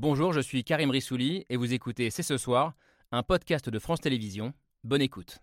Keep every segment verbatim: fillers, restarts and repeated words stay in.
Bonjour, je suis Karim Rissouli et vous écoutez C'est ce soir, un podcast de France Télévisions. Bonne écoute.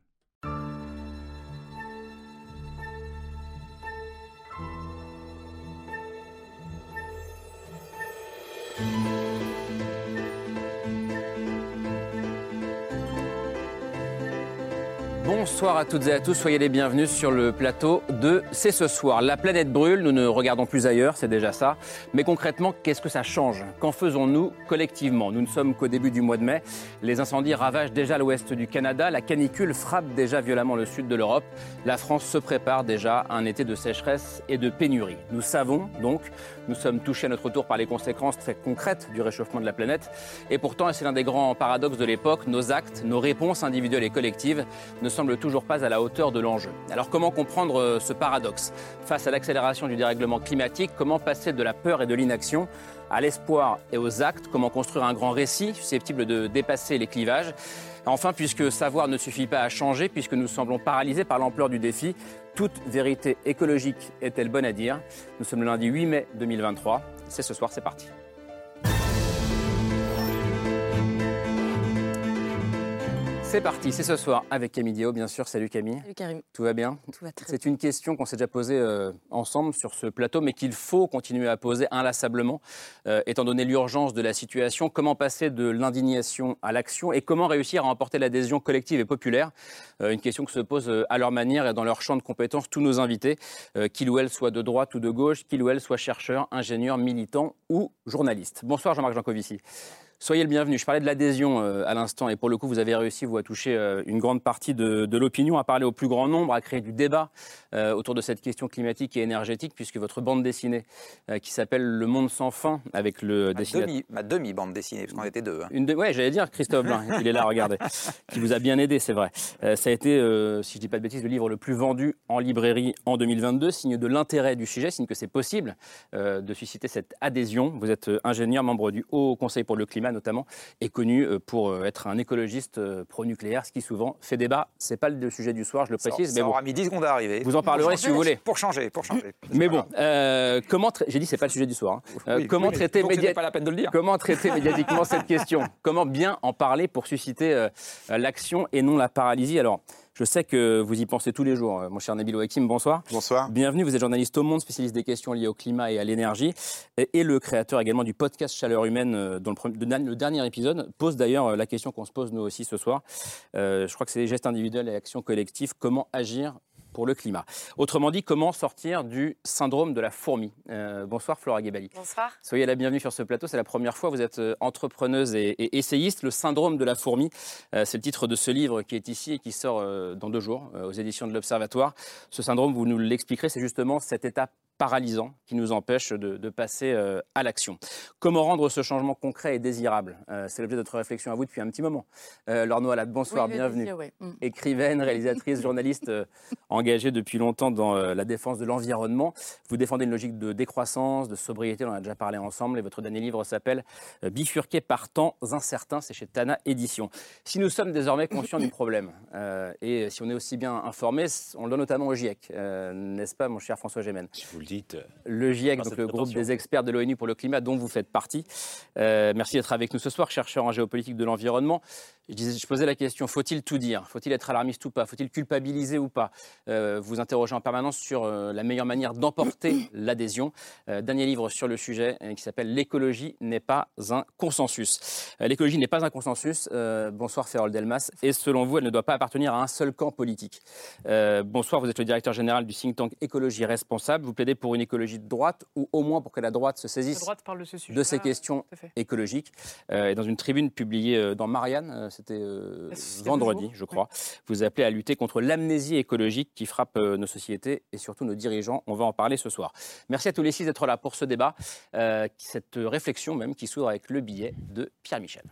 Bonsoir à toutes et à tous, soyez les bienvenus sur le plateau de C'est ce soir. La planète brûle, nous ne regardons plus ailleurs, c'est déjà ça. Mais concrètement, qu'est-ce que ça change ? Qu'en faisons-nous collectivement ? Nous ne sommes qu'au début du mois de mai. Les incendies ravagent déjà l'ouest du Canada. La canicule frappe déjà violemment le sud de l'Europe. La France se prépare déjà à un été de sécheresse et de pénurie. Nous savons donc, nous sommes touchés à notre tour par les conséquences très concrètes du réchauffement de la planète. Et pourtant, et c'est l'un des grands paradoxes de l'époque, nos actes, nos réponses individuelles et collectives ne semblent toujours pas à la hauteur de l'enjeu. Alors comment comprendre ce paradoxe ? Face à l'accélération du dérèglement climatique, comment passer de la peur et de l'inaction à l'espoir et aux actes ? Comment construire un grand récit susceptible de dépasser les clivages ? Enfin, puisque savoir ne suffit pas à changer, puisque nous semblons paralysés par l'ampleur du défi, toute vérité écologique est-elle bonne à dire ? Nous sommes le lundi huit mai deux mille vingt-trois. C'est ce soir, c'est parti. C'est parti, c'est ce soir avec Camille Diao, bien sûr. Salut Camille. Salut Karim. Tout va bien ? Tout va très C'est une question qu'on s'est déjà posée euh, ensemble sur ce plateau, mais qu'il faut continuer à poser inlassablement, euh, étant donné l'urgence de la situation. Comment passer de l'indignation à l'action et comment réussir à emporter l'adhésion collective et populaire ? euh, Une question que se posent euh, à leur manière et dans leur champ de compétences tous nos invités, euh, qu'ils ou elles soient de droite ou de gauche, qu'ils ou elles soient chercheurs, ingénieurs, militants ou journalistes. Bonsoir Jean-Marc Jancovici. Soyez le bienvenu. Je parlais de l'adhésion euh, à l'instant et pour le coup, vous avez réussi, vous, à toucher euh, une grande partie de, de l'opinion, à parler au plus grand nombre, à créer du débat euh, autour de cette question climatique et énergétique, puisque votre bande dessinée euh, qui s'appelle Le Monde sans fin, avec le ma dessinateur... Demi, ma demi-bande dessinée, parce qu'on était deux. Hein. Une de... Ouais, j'allais dire Christophe Blain, il est là, regardez, qui vous a bien aidé, c'est vrai. Euh, ça a été, euh, si je ne dis pas de bêtises, le livre le plus vendu en librairie en deux mille vingt-deux, signe de l'intérêt du sujet, signe que c'est possible euh, de susciter cette adhésion. Vous êtes ingénieur, membre du Haut Conseil pour le climat notamment, et connu pour être un écologiste pro-nucléaire, ce qui souvent fait débat. Ce n'est pas le sujet du soir, je le précise. Ça, mais ça bon, aura mis dix secondes à arriver. Vous en parlerez si vous voulez. Pour changer, pour changer. Mais bon, euh, comment tra- j'ai dit c'est pas le sujet du soir. Hein. Euh, oui, comment oui, traiter donc média- c'était pas la peine de le dire. Comment traiter médiatiquement cette question ? Comment bien en parler pour susciter euh, l'action et non la paralysie ? Alors, je sais que vous y pensez tous les jours, mon cher Nabil Ouakim, bonsoir. Bonsoir. Bienvenue, vous êtes journaliste au Monde, spécialiste des questions liées au climat et à l'énergie, et, et le créateur également du podcast Chaleur Humaine, dont le, le, le dernier épisode pose d'ailleurs la question qu'on se pose nous aussi ce soir. Euh, je crois que c'est les gestes individuels et actions collectives, comment agir pour le climat. Autrement dit, comment sortir du syndrome de la fourmi. Euh, bonsoir Flora Guébali. Bonsoir. Soyez la bienvenue sur ce plateau, c'est la première fois, vous êtes entrepreneuse et, et essayiste. Le syndrome de la fourmi, euh, c'est le titre de ce livre qui est ici et qui sort euh, dans deux jours euh, aux éditions de l'Observatoire. Ce syndrome, vous nous l'expliquerez, c'est justement cette étape paralysant qui nous empêche de, de passer euh, à l'action. Comment rendre ce changement concret et désirable ? euh, C'est l'objet de notre réflexion à vous depuis un petit moment. Euh, Laure Noaillat, bonsoir, oui, bienvenue. Dire, ouais. mm. Écrivaine, réalisatrice, journaliste euh, engagée depuis longtemps dans euh, la défense de l'environnement. Vous défendez une logique de décroissance, de sobriété, on en a déjà parlé ensemble, et votre dernier livre s'appelle euh, Bifurqué par temps incertain, c'est chez Tana Édition. Si nous sommes désormais conscients du problème, euh, et si on est aussi bien informés, on le doit notamment au GIEC, euh, n'est-ce pas mon cher François Gémen ? Si vous le dites. Le GIEC, donc le groupe des experts de l'ONU pour le climat, dont vous faites partie. Euh, merci d'être avec nous ce soir, chercheur en géopolitique de l'environnement. Je, disais, je posais la question, faut-il tout dire ? Faut-il être alarmiste ou pas ? Faut-il culpabiliser ou pas ? euh, Vous interrogez en permanence sur euh, la meilleure manière d'emporter l'adhésion. Euh, dernier livre sur le sujet euh, qui s'appelle « L'écologie n'est pas un consensus ». Euh, L'écologie n'est pas un consensus. Euh, bonsoir Ferrol Delmas. Et selon vous, elle ne doit pas appartenir à un seul camp politique. Euh, bonsoir, vous êtes le directeur général du think tank Écologie Responsable. Vous plaidez pour une écologie de droite, ou au moins pour que la droite se saisisse la droite parle de, ce sujet de ces questions écologiques. Euh, et dans une tribune publiée dans Marianne, euh, c'était euh, vendredi, je crois, oui. Vous appelez à lutter contre l'amnésie écologique qui frappe euh, nos sociétés et surtout nos dirigeants. On va en parler ce soir. Merci à tous les six d'être là pour ce débat, euh, cette réflexion même qui s'ouvre avec le billet de Pierre Michel.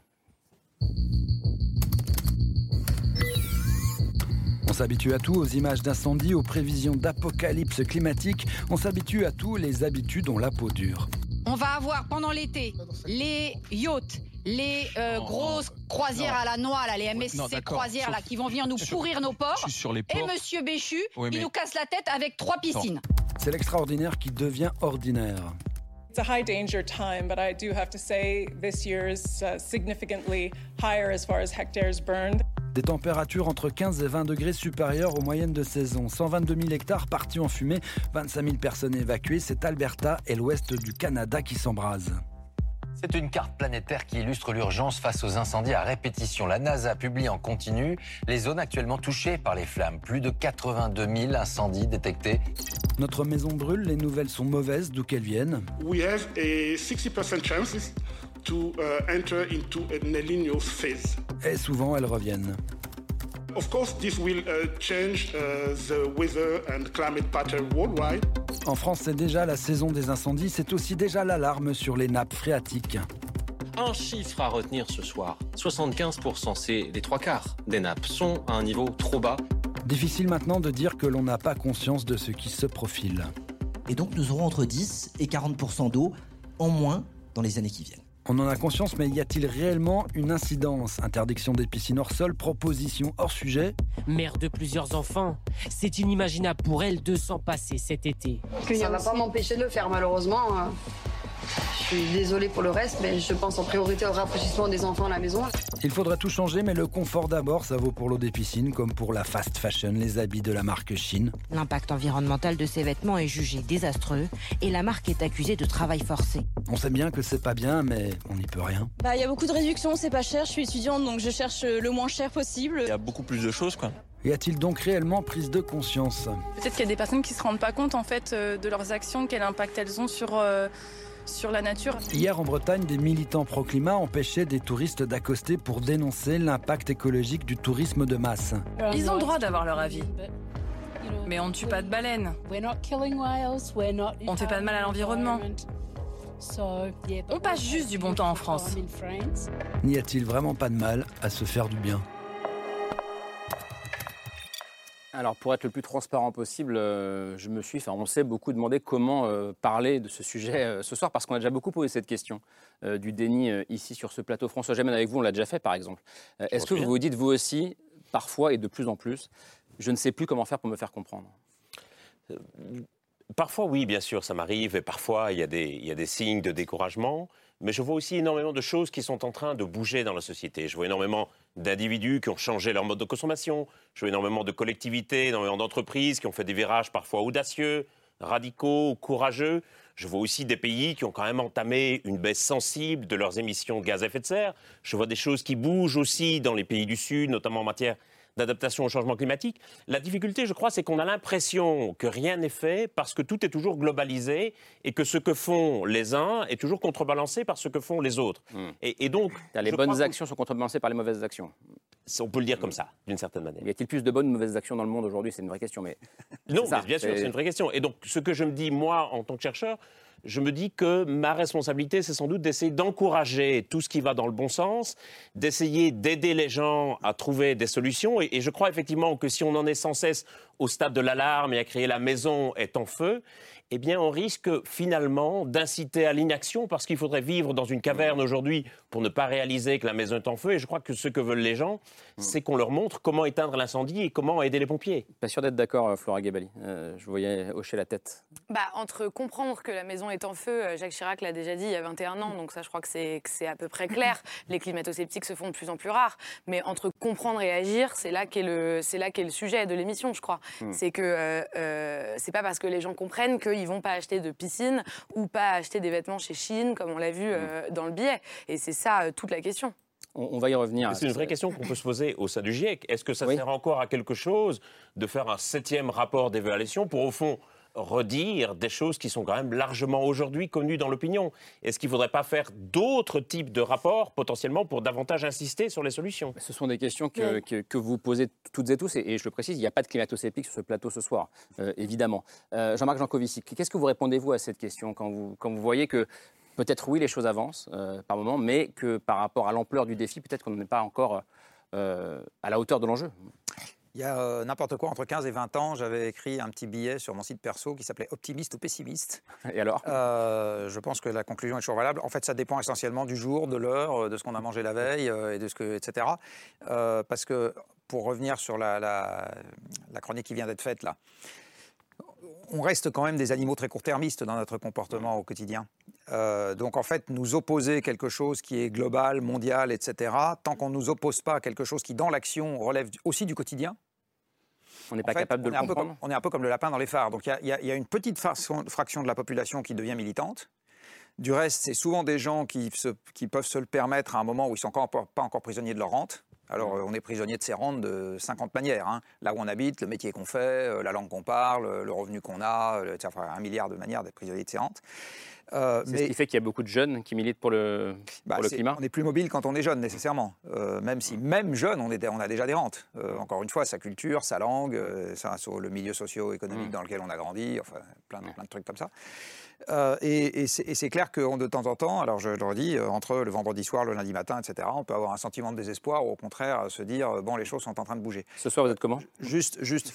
On s'habitue à tout, aux images d'incendie, aux prévisions d'apocalypse climatique. On s'habitue à tout, les habitudes ont la peau dure. On va avoir pendant l'été les yachts, les euh, oh, grosses croisières non. à la noix, là, les M S C non, croisières là, qui vont venir nous pourrir nos ports. Sur les ports. Et Monsieur Béchu, oui, mais... il nous casse la tête avec trois piscines. C'est l'extraordinaire qui devient ordinaire. It's a high danger time, but I do have to say this year's uh, significantly higher as far as hectares burned. Des températures entre quinze et vingt degrés supérieures aux moyennes de saison. cent vingt-deux mille hectares partis en fumée, vingt-cinq mille personnes évacuées. C'est Alberta et l'ouest du Canada qui s'embrasent. C'est une carte planétaire qui illustre l'urgence face aux incendies à répétition. La NASA publie en continu les zones actuellement touchées par les flammes. Plus de quatre-vingt-deux mille incendies détectés. Notre maison brûle, les nouvelles sont mauvaises, d'où qu'elles viennent. We have a sixty percent chances to uh, enter into an El Niño phase. Et souvent, elles reviennent. Of course, this will uh, change uh, the weather and climate pattern worldwide. En France, c'est déjà la saison des incendies, c'est aussi déjà l'alarme sur les nappes phréatiques. Un chiffre à retenir ce soir, soixante-quinze pour cent, c'est les trois quarts des nappes sont à un niveau trop bas. Difficile maintenant de dire que l'on n'a pas conscience de ce qui se profile. Et donc nous aurons entre dix et quarante pour cent d'eau en moins dans les années qui viennent. On en a conscience, mais y a-t-il réellement une incidence? Interdiction des piscines hors sol, proposition hors sujet. Mère de plusieurs enfants, c'est inimaginable pour elle de s'en passer cet été. Ça ne va pas m'empêcher de le faire, malheureusement. Je suis désolée pour le reste, mais je pense en priorité au rafraîchissement des enfants à la maison. Il faudrait tout changer, mais le confort d'abord, ça vaut pour l'eau des piscines comme pour la fast fashion, les habits de la marque Shein. L'impact environnemental de ces vêtements est jugé désastreux et la marque est accusée de travail forcé. On sait bien que c'est pas bien, mais on n'y peut rien. Bah, y a beaucoup de réductions, c'est pas cher, je suis étudiante donc je cherche le moins cher possible. Il y a beaucoup plus de choses, quoi. Y a-t-il donc réellement prise de conscience? Peut-être qu'il y a des personnes qui se rendent pas compte en fait de leurs actions, quel impact elles ont sur... Euh... sur la nature. Hier en Bretagne, des militants pro-climat empêchaient des touristes d'accoster pour dénoncer l'impact écologique du tourisme de masse. Ils ont le droit d'avoir leur avis. Mais on ne tue pas de baleines. On ne fait pas de mal à l'environnement. On passe juste du bon temps en France. N'y a-t-il vraiment pas de mal à se faire du bien? Alors, pour être le plus transparent possible, euh, je me suis, enfin, on s'est beaucoup demandé comment euh, parler de ce sujet euh, ce soir, parce qu'on a déjà beaucoup posé cette question euh, du déni euh, ici sur ce plateau. François Gemène, avec vous, on l'a déjà fait, par exemple. Euh, est-ce que vous vous dites, vous aussi, parfois et de plus en plus, je ne sais plus comment faire pour me faire comprendre? euh, Parfois, oui, bien sûr, ça m'arrive, et parfois, il y a des, il y a des signes de découragement. Mais je vois aussi énormément de choses qui sont en train de bouger dans la société. Je vois énormément d'individus qui ont changé leur mode de consommation. Je vois énormément de collectivités, énormément d'entreprises qui ont fait des virages parfois audacieux, radicaux, courageux. Je vois aussi des pays qui ont quand même entamé une baisse sensible de leurs émissions de gaz à effet de serre. Je vois des choses qui bougent aussi dans les pays du Sud, notamment en matière d'adaptation au changement climatique. La difficulté, je crois, c'est qu'on a l'impression que rien n'est fait parce que tout est toujours globalisé et que ce que font les uns est toujours contrebalancé par ce que font les autres. Mmh. Et, et donc, les bonnes actions sont contrebalancées par les mauvaises actions. On peut le dire comme ça, d'une certaine manière. Y a-t-il plus de bonnes ou de mauvaises actions dans le monde aujourd'hui? C'est une vraie question. Mais non, mais bien sûr, c'est une vraie question. Et donc, ce que je me dis, moi, en tant que chercheur, je me dis que ma responsabilité, c'est sans doute d'essayer d'encourager tout ce qui va dans le bon sens, d'essayer d'aider les gens à trouver des solutions. Et, et je crois effectivement que si on en est sans cesse au stade de l'alarme et à crier la maison est en feu, eh bien on risque finalement d'inciter à l'inaction parce qu'il faudrait vivre dans une caverne aujourd'hui pour ne pas réaliser que la maison est en feu. Et je crois que ce que veulent les gens, c'est qu'on leur montre comment éteindre l'incendie et comment aider les pompiers. Pas sûr d'être d'accord, Flora Gebali. Euh, je voyais hocher la tête. Bah, entre comprendre que la maison est en feu, Jacques Chirac l'a déjà dit il y a vingt et un ans, donc ça je crois que c'est, que c'est à peu près clair. Les climato-sceptiques se font de plus en plus rares. Mais entre comprendre et agir, c'est là qu'est le, c'est là qu'est le sujet de l'émission, je crois. Mmh. C'est que euh, euh, c'est pas parce que les gens comprennent qu'ils vont pas acheter de piscine ou pas acheter des vêtements chez Shein, comme on l'a vu euh, dans le billet. Et c'est ça euh, toute la question. On, on va y revenir. C'est une vraie question qu'on peut se poser au sein du GIEC. Est-ce que ça oui. sert encore à quelque chose de faire un septième rapport d'évaluation pour, au fond, redire des choses qui sont quand même largement aujourd'hui connues dans l'opinion? Est-ce qu'il ne faudrait pas faire d'autres types de rapports potentiellement pour davantage insister sur les solutions? Ce sont des questions que, oui. que, que vous posez toutes et tous, et, et je le précise, il n'y a pas de climato-sceptiques sur ce plateau ce soir, euh, évidemment. Euh, Jean-Marc Jancovici, qu'est-ce que vous répondez-vous à cette question quand vous, quand vous voyez que peut-être oui, les choses avancent euh, par moment, mais que par rapport à l'ampleur du défi, peut-être qu'on n'est pas encore euh, à la hauteur de l'enjeu? Il y a euh, n'importe quoi, entre quinze et vingt ans, j'avais écrit un petit billet sur mon site perso qui s'appelait « Optimiste ou pessimiste ». Et alors euh, Je pense que la conclusion est toujours valable. En fait, ça dépend essentiellement du jour, de l'heure, de ce qu'on a mangé la veille, euh, et de ce que, et cetera. Euh, parce que, pour revenir sur la, la, la chronique qui vient d'être faite là, on reste quand même des animaux très court-termistes dans notre comportement au quotidien. Euh, donc en fait, nous opposer quelque chose qui est global, mondial, et cetera, tant qu'on ne nous oppose pas à quelque chose qui, dans l'action, relève aussi du quotidien, on n'est pas fait, capable de le comprendre. Comme, on est un peu comme le lapin dans les phares. Donc il y, y, y a une petite fraction de la population qui devient militante. Du reste, c'est souvent des gens qui, se, qui peuvent se le permettre à un moment où ils ne sont encore, pas encore prisonniers de leur rente. Alors, on est prisonnier de ses rentes de cinquante manières. Hein. Là où on habite, le métier qu'on fait, la langue qu'on parle, le revenu qu'on a, le, enfin, un milliard de manières d'être prisonnier de ses rentes. Euh, c'est mais, ce qui fait qu'il y a beaucoup de jeunes qui militent pour le, bah, pour le climat. On est plus mobile quand on est jeune, nécessairement. Euh, même si, même jeune, on, est, on a déjà des rentes. Euh, encore une fois, sa culture, sa langue, euh, ça, sur le milieu socio-économique mmh. dans lequel on a grandi, enfin, plein, plein de trucs comme ça. Euh, et, et, c'est, et c'est clair que de temps en temps, alors je le redis, euh, entre le vendredi soir, le lundi matin, et cetera, on peut avoir un sentiment de désespoir ou au contraire se dire, euh, bon, les choses sont en train de bouger. Ce soir, vous êtes comment ? Juste, juste...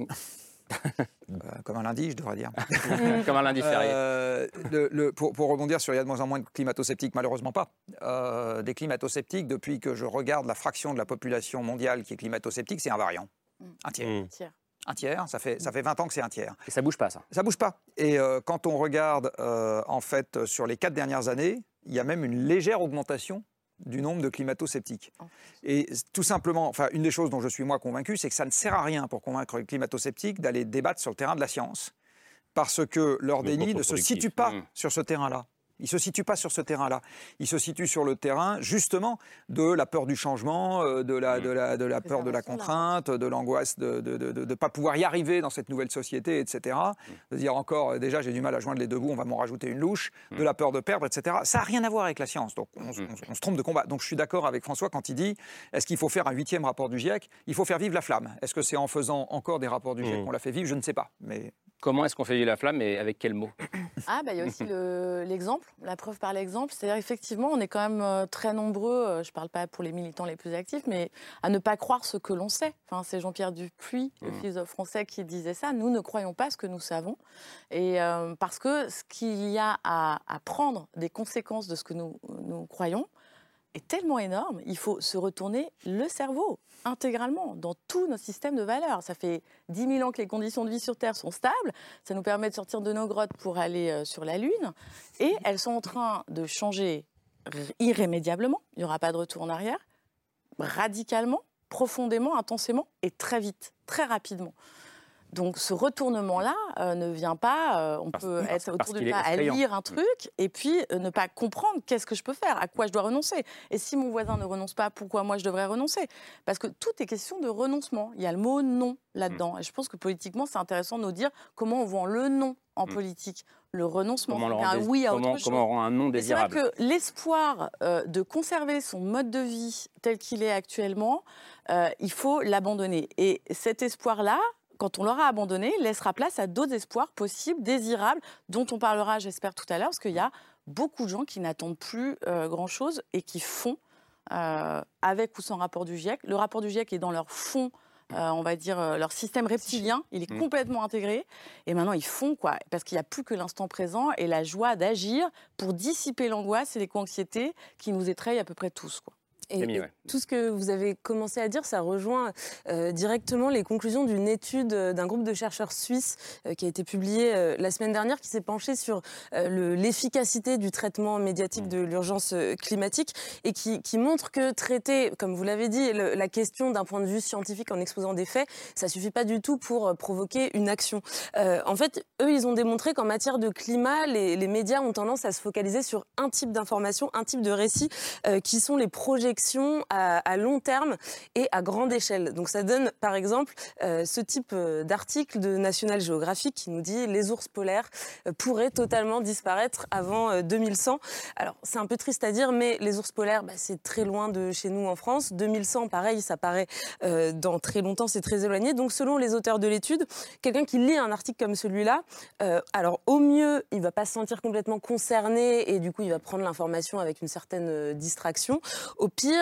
euh, comme un lundi, je devrais dire. Comme un lundi férié. Euh, le, le, pour, pour rebondir sur il y a de moins en moins de climato-sceptiques, malheureusement pas. Euh, des climato-sceptiques, depuis que je regarde la fraction de la population mondiale qui est climato-sceptique, c'est invariant. Un tiers. Mmh. Un tiers, ça fait, ça fait vingt ans que c'est un tiers. Et ça bouge pas, ça ? Ça bouge pas. Et euh, quand on regarde, euh, en fait, sur les quatre dernières années, il y a même une légère augmentation du nombre de climato-sceptiques. Oh. Et tout simplement, enfin, une des choses dont je suis moi convaincu, c'est que ça ne sert à rien pour convaincre les climato-sceptiques d'aller débattre sur le terrain de la science, parce que leur déni ne se situe pas mmh. sur ce terrain-là. Il ne se situe pas sur ce terrain-là. Il se situe sur le terrain, justement, de la peur du changement, de la, de la, de la peur de la contrainte, de l'angoisse de ne pas pouvoir y arriver dans cette nouvelle société, et cetera. De dire encore, déjà, j'ai du mal à joindre les deux bouts, on va m'en rajouter une louche, de la peur de perdre, et cetera. Ça n'a rien à voir avec la science. Donc, on, on, on se trompe de combat. Donc, je suis d'accord avec François quand il dit, est-ce qu'il faut faire un huitième rapport du GIEC ? Il faut faire vivre la flamme. Est-ce que c'est en faisant encore des rapports du GIEC mmh. qu'on la fait vivre ? Je ne sais pas. Mais... Comment est-ce qu'on fait vivre la flamme et avec quel mot ? Ah, bah, il y a aussi le, l'exemple, la preuve par l'exemple. C'est-à-dire, effectivement, on est quand même euh, très nombreux, euh, je ne parle pas pour les militants les plus actifs, mais à ne pas croire ce que l'on sait. Enfin, c'est Jean-Pierre Dupuis, mmh. le philosophe français, qui disait ça. Nous ne croyons pas ce que nous savons. Et euh, parce que ce qu'il y a à, à prendre des conséquences de ce que nous, nous croyons est tellement énorme, il faut se retourner le cerveau intégralement dans tous nos systèmes de valeurs. Ça fait dix mille ans que les conditions de vie sur Terre sont stables, ça nous permet de sortir de nos grottes pour aller euh, sur la Lune, et elles sont en train de changer irrémédiablement, il n'y aura pas de retour en arrière, radicalement, profondément, intensément, et très vite, très rapidement. Donc ce retournement-là euh, ne vient pas, euh, on parce, peut être autour du pas à lire un truc et puis euh, ne pas comprendre qu'est-ce que je peux faire, à quoi je dois renoncer. Et si mon voisin ne renonce pas, pourquoi moi je devrais renoncer ? Parce que tout est question de renoncement. Il y a le mot non là-dedans. Et je pense que politiquement, c'est intéressant de nous dire comment on vend le non en politique. Le renoncement, comment un dés- oui à comment, autre chose. Comment on rend un non désirable ? C'est vrai que l'espoir euh, de conserver son mode de vie tel qu'il est actuellement, euh, il faut l'abandonner. Et cet espoir-là, quand on l'aura abandonné, laissera place à d'autres espoirs possibles, désirables, dont on parlera, j'espère, tout à l'heure, parce qu'il y a beaucoup de gens qui n'attendent plus euh, grand-chose et qui font, euh, avec ou sans rapport du GIEC. Le rapport du GIEC est dans leur fond, euh, on va dire, euh, leur système reptilien, il est mmh. complètement intégré. Et maintenant, ils font quoi ? Parce qu'il n'y a plus que l'instant présent et la joie d'agir pour dissiper l'angoisse et l'éco-anxiété qui nous étreillent à peu près tous, quoi. Et, et tout ce que vous avez commencé à dire, ça rejoint euh, directement les conclusions d'une étude d'un groupe de chercheurs suisses euh, qui a été publiée euh, la semaine dernière, qui s'est penchée sur euh, le, l'efficacité du traitement médiatique de l'urgence euh, climatique et qui, qui montre que traiter, comme vous l'avez dit, le, la question d'un point de vue scientifique en exposant des faits, ça suffit pas du tout pour euh, provoquer une action. Euh, en fait, eux, ils ont démontré qu'en matière de climat, les, les médias ont tendance à se focaliser sur un type d'information, un type de récit, euh, qui sont les projets À, à long terme et à grande échelle. Donc ça donne par exemple euh, ce type euh, d'article de National Geographic qui nous dit les ours polaires euh, pourraient totalement disparaître avant euh, deux mille cent. Alors c'est un peu triste à dire, mais les ours polaires, bah, c'est très loin de chez nous en France. deux mille cent, pareil, ça paraît euh, dans très longtemps, c'est très éloigné. Donc selon les auteurs de l'étude, quelqu'un qui lit un article comme celui-là, euh, alors au mieux, il va pas se sentir complètement concerné et du coup il va prendre l'information avec une certaine euh, distraction. Au pire, il va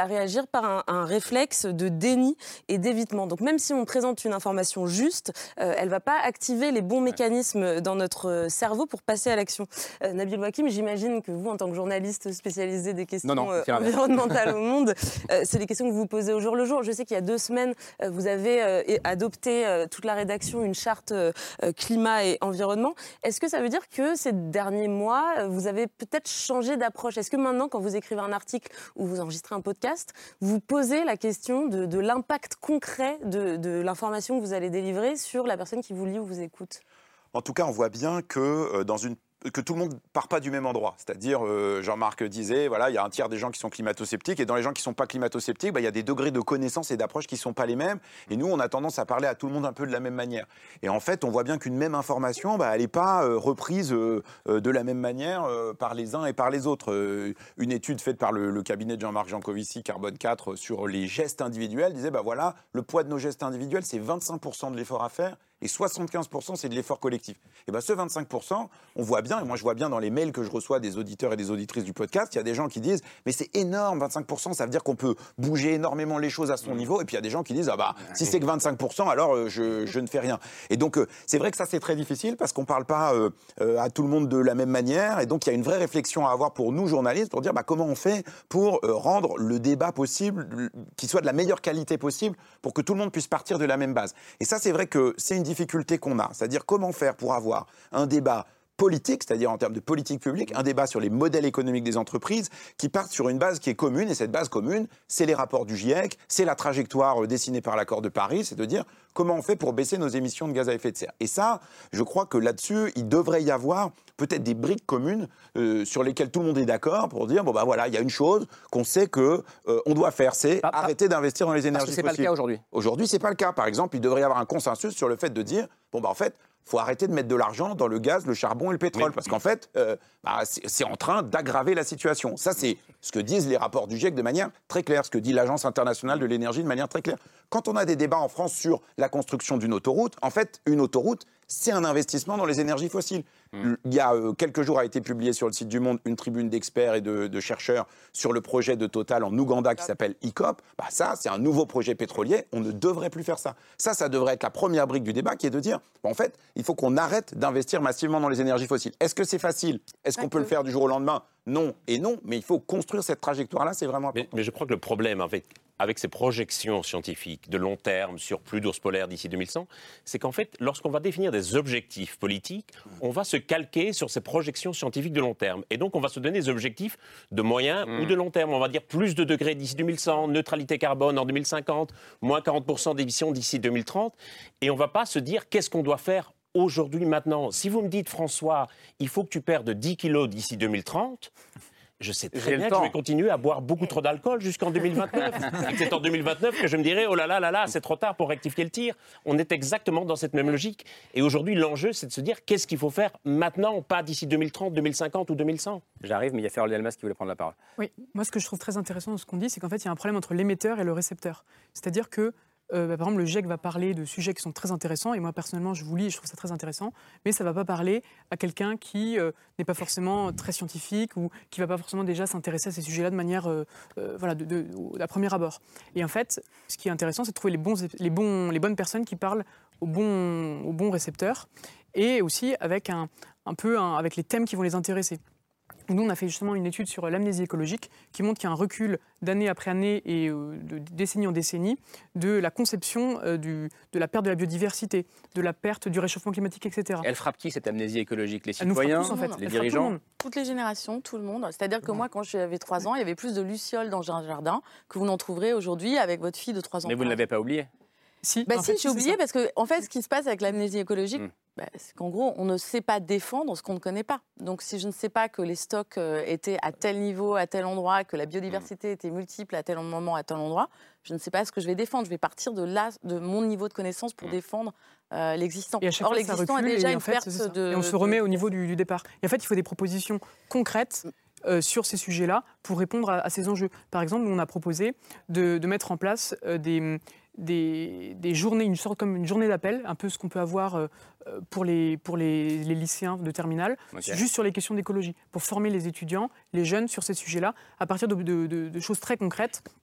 réagir par un, un réflexe de déni et d'évitement. Donc même si on présente une information juste, euh, elle ne va pas activer les bons mécanismes dans notre cerveau pour passer à l'action. Euh, Nabil Wakim, j'imagine que vous, en tant que journaliste spécialisé des questions non, non, euh, environnementales au monde, euh, c'est des questions que vous posez au jour le jour. Je sais qu'il y a deux semaines, euh, vous avez euh, adopté, euh, toute la rédaction, une charte euh, climat et environnement. Est-ce que ça veut dire que ces derniers mois, euh, vous avez peut-être changé d'approche? Est-ce que maintenant, quand vous écrivez un article ou vous enregistrez un podcast, vous posez la question de, de l'impact concret de, de l'information que vous allez délivrer sur la personne qui vous lit ou vous écoute? En tout cas, on voit bien que euh, dans une que tout le monde ne part pas du même endroit. C'est-à-dire, euh, Jean-Marc disait, voilà, il y a un tiers des gens qui sont climato-sceptiques, et dans les gens qui ne sont pas climato-sceptiques, bah, il y a des degrés de connaissance et d'approche qui ne sont pas les mêmes. Et nous, on a tendance à parler à tout le monde un peu de la même manière. Et en fait, on voit bien qu'une même information, bah, elle n'est pas euh, reprise euh, euh, de la même manière euh, par les uns et par les autres. Euh, une étude faite par le, le cabinet de Jean-Marc Jancovici, Carbone quatre, sur les gestes individuels, disait, bah, voilà, le poids de nos gestes individuels, c'est vingt-cinq pour cent de l'effort à faire, et soixante-quinze pour cent, c'est de l'effort collectif. Et bien, ce vingt-cinq pour cent, on voit bien, et moi je vois bien dans les mails que je reçois des auditeurs et des auditrices du podcast, il y a des gens qui disent « mais c'est énorme, vingt-cinq pour cent, ça veut dire qu'on peut bouger énormément les choses à son niveau », et puis il y a des gens qui disent « ah bah, si c'est que vingt-cinq pour cent, alors euh, je, je ne fais rien ». Et donc, euh, c'est vrai que ça, c'est très difficile, parce qu'on ne parle pas euh, euh, à tout le monde de la même manière, et donc il y a une vraie réflexion à avoir pour nous, journalistes, pour dire bah, comment on fait pour euh, rendre le débat possible, qu'il soit de la meilleure qualité possible, pour que tout le monde puisse partir de la même base. Et ça, c'est vrai que c'est une difficulté qu'on a. C'est-à-dire comment faire pour avoir un débat politique, c'est-à-dire en termes de politique publique, un débat sur les modèles économiques des entreprises qui partent sur une base qui est commune, et cette base commune, c'est les rapports du GIEC, c'est la trajectoire dessinée par l'accord de Paris, c'est de dire comment on fait pour baisser nos émissions de gaz à effet de serre. Et ça, je crois que là-dessus, il devrait y avoir peut-être des briques communes euh, sur lesquelles tout le monde est d'accord pour dire, bon ben voilà, il y a une chose qu'on sait qu'on euh, doit faire, c'est ah, arrêter d'investir dans les énergies fossiles. Parce que c'est pas le cas aujourd'hui. Aujourd'hui, c'est pas le cas. Par exemple, il devrait y avoir un consensus sur le fait de dire, bon ben en fait, il faut arrêter de mettre de l'argent dans le gaz, le charbon et le pétrole, oui. Parce qu'en fait, euh, bah, c'est en train d'aggraver la situation. Ça, c'est ce que disent les rapports du GIEC de manière très claire, ce que dit l'Agence internationale de l'énergie de manière très claire. Quand on a des débats en France sur la construction d'une autoroute, en fait, une autoroute, c'est un investissement dans les énergies fossiles. Mmh. Il y a euh, quelques jours a été publié sur le site du Monde une tribune d'experts et de, de chercheurs sur le projet de Total en Ouganda qui s'appelle I C O P. Bah ça, c'est un nouveau projet pétrolier. On ne devrait plus faire ça. Ça, ça devrait être la première brique du débat qui est de dire, bah, en fait, il faut qu'on arrête d'investir massivement dans les énergies fossiles. Est-ce que c'est facile? Est-ce qu'on peut le faire du jour au lendemain? Non et non, mais il faut construire cette trajectoire-là, c'est vraiment important. Mais, mais je crois que le problème avec, avec ces projections scientifiques de long terme sur plus d'ours polaires d'ici deux mille cent, c'est qu'en fait, lorsqu'on va définir des objectifs politiques, on va se calquer sur ces projections scientifiques de long terme. Et donc, on va se donner des objectifs de moyen mmh. ou de long terme. On va dire plus de degrés d'ici deux mille cent, neutralité carbone en deux mille cinquante, moins quarante pour cent d'émissions d'ici deux mille trente. Et on ne va pas se dire qu'est-ce qu'on doit faire aujourd'hui, maintenant. Si vous me dites, François, il faut que tu perdes dix kilos d'ici deux mille trente, je sais très bien que je vais continuer à boire beaucoup trop d'alcool jusqu'en deux mille vingt-neuf. Et c'est en deux mille vingt-neuf que je me dirai, oh là là là là, c'est trop tard pour rectifier le tir. On est exactement dans cette même logique. Et aujourd'hui, l'enjeu, c'est de se dire, qu'est-ce qu'il faut faire maintenant, pas d'ici deux mille trente, deux mille cinquante ou deux mille cent. J'arrive, mais il y a Ferrol Delmas qui voulait prendre la parole. Oui, moi, ce que je trouve très intéressant dans ce qu'on dit, c'est qu'en fait, il y a un problème entre l'émetteur et le récepteur. C'est-à-dire que Euh, bah, par exemple, le GIEC va parler de sujets qui sont très intéressants, et moi personnellement je vous lis et je trouve ça très intéressant, mais ça ne va pas parler à quelqu'un qui euh, n'est pas forcément très scientifique ou qui ne va pas forcément déjà s'intéresser à ces sujets-là de manière, euh, euh, voilà, de, de, de, à premier abord. Et en fait, ce qui est intéressant, c'est de trouver les, bons, les, bons, les bonnes personnes qui parlent aux bons, aux bons récepteurs, et aussi avec, un, un peu un, avec les thèmes qui vont les intéresser. Nous, on a fait justement une étude sur l'amnésie écologique qui montre qu'il y a un recul d'année après année et euh, de décennie en décennie de la conception euh, du, de la perte de la biodiversité, de la perte du réchauffement climatique, et cetera. Elle frappe qui, cette amnésie écologique? Les Elle nous frappe citoyens, tous, en fait. les Elle dirigeants? Toutes les générations, tout le monde. C'est-à-dire que moi, quand j'avais trois ans, il y avait plus de lucioles dans un jardin que vous n'en trouverez aujourd'hui avec votre fille de trois ans. Mais vous ne l'avez pas oublié? Si, bah en si fait, j'ai oublié parce que en fait, ce qui se passe avec l'amnésie écologique, mmh. bah, c'est qu'en gros, on ne sait pas défendre ce qu'on ne connaît pas. Donc, si je ne sais pas que les stocks euh, étaient à tel niveau, à tel endroit, que la biodiversité mmh. était multiple à tel moment, à tel endroit, je ne sais pas ce que je vais défendre. Je vais partir de là, de mon niveau de connaissance pour mmh. défendre euh, l'existant. Or, l'existant a déjà une fait, perte de... Et on se remet de... au niveau du, du départ. Et en fait, il faut des propositions concrètes euh, sur ces sujets-là pour répondre à, à ces enjeux. Par exemple, on a proposé de, de mettre en place euh, des... Des, des journées, une sorte comme une journée d'appel, un peu ce qu'on peut avoir euh, pour, les, pour les, les lycéens de terminale, okay. juste sur les questions d'écologie, pour former les étudiants, les jeunes sur ces sujets-là, à partir de, de, de, de choses très concrètes.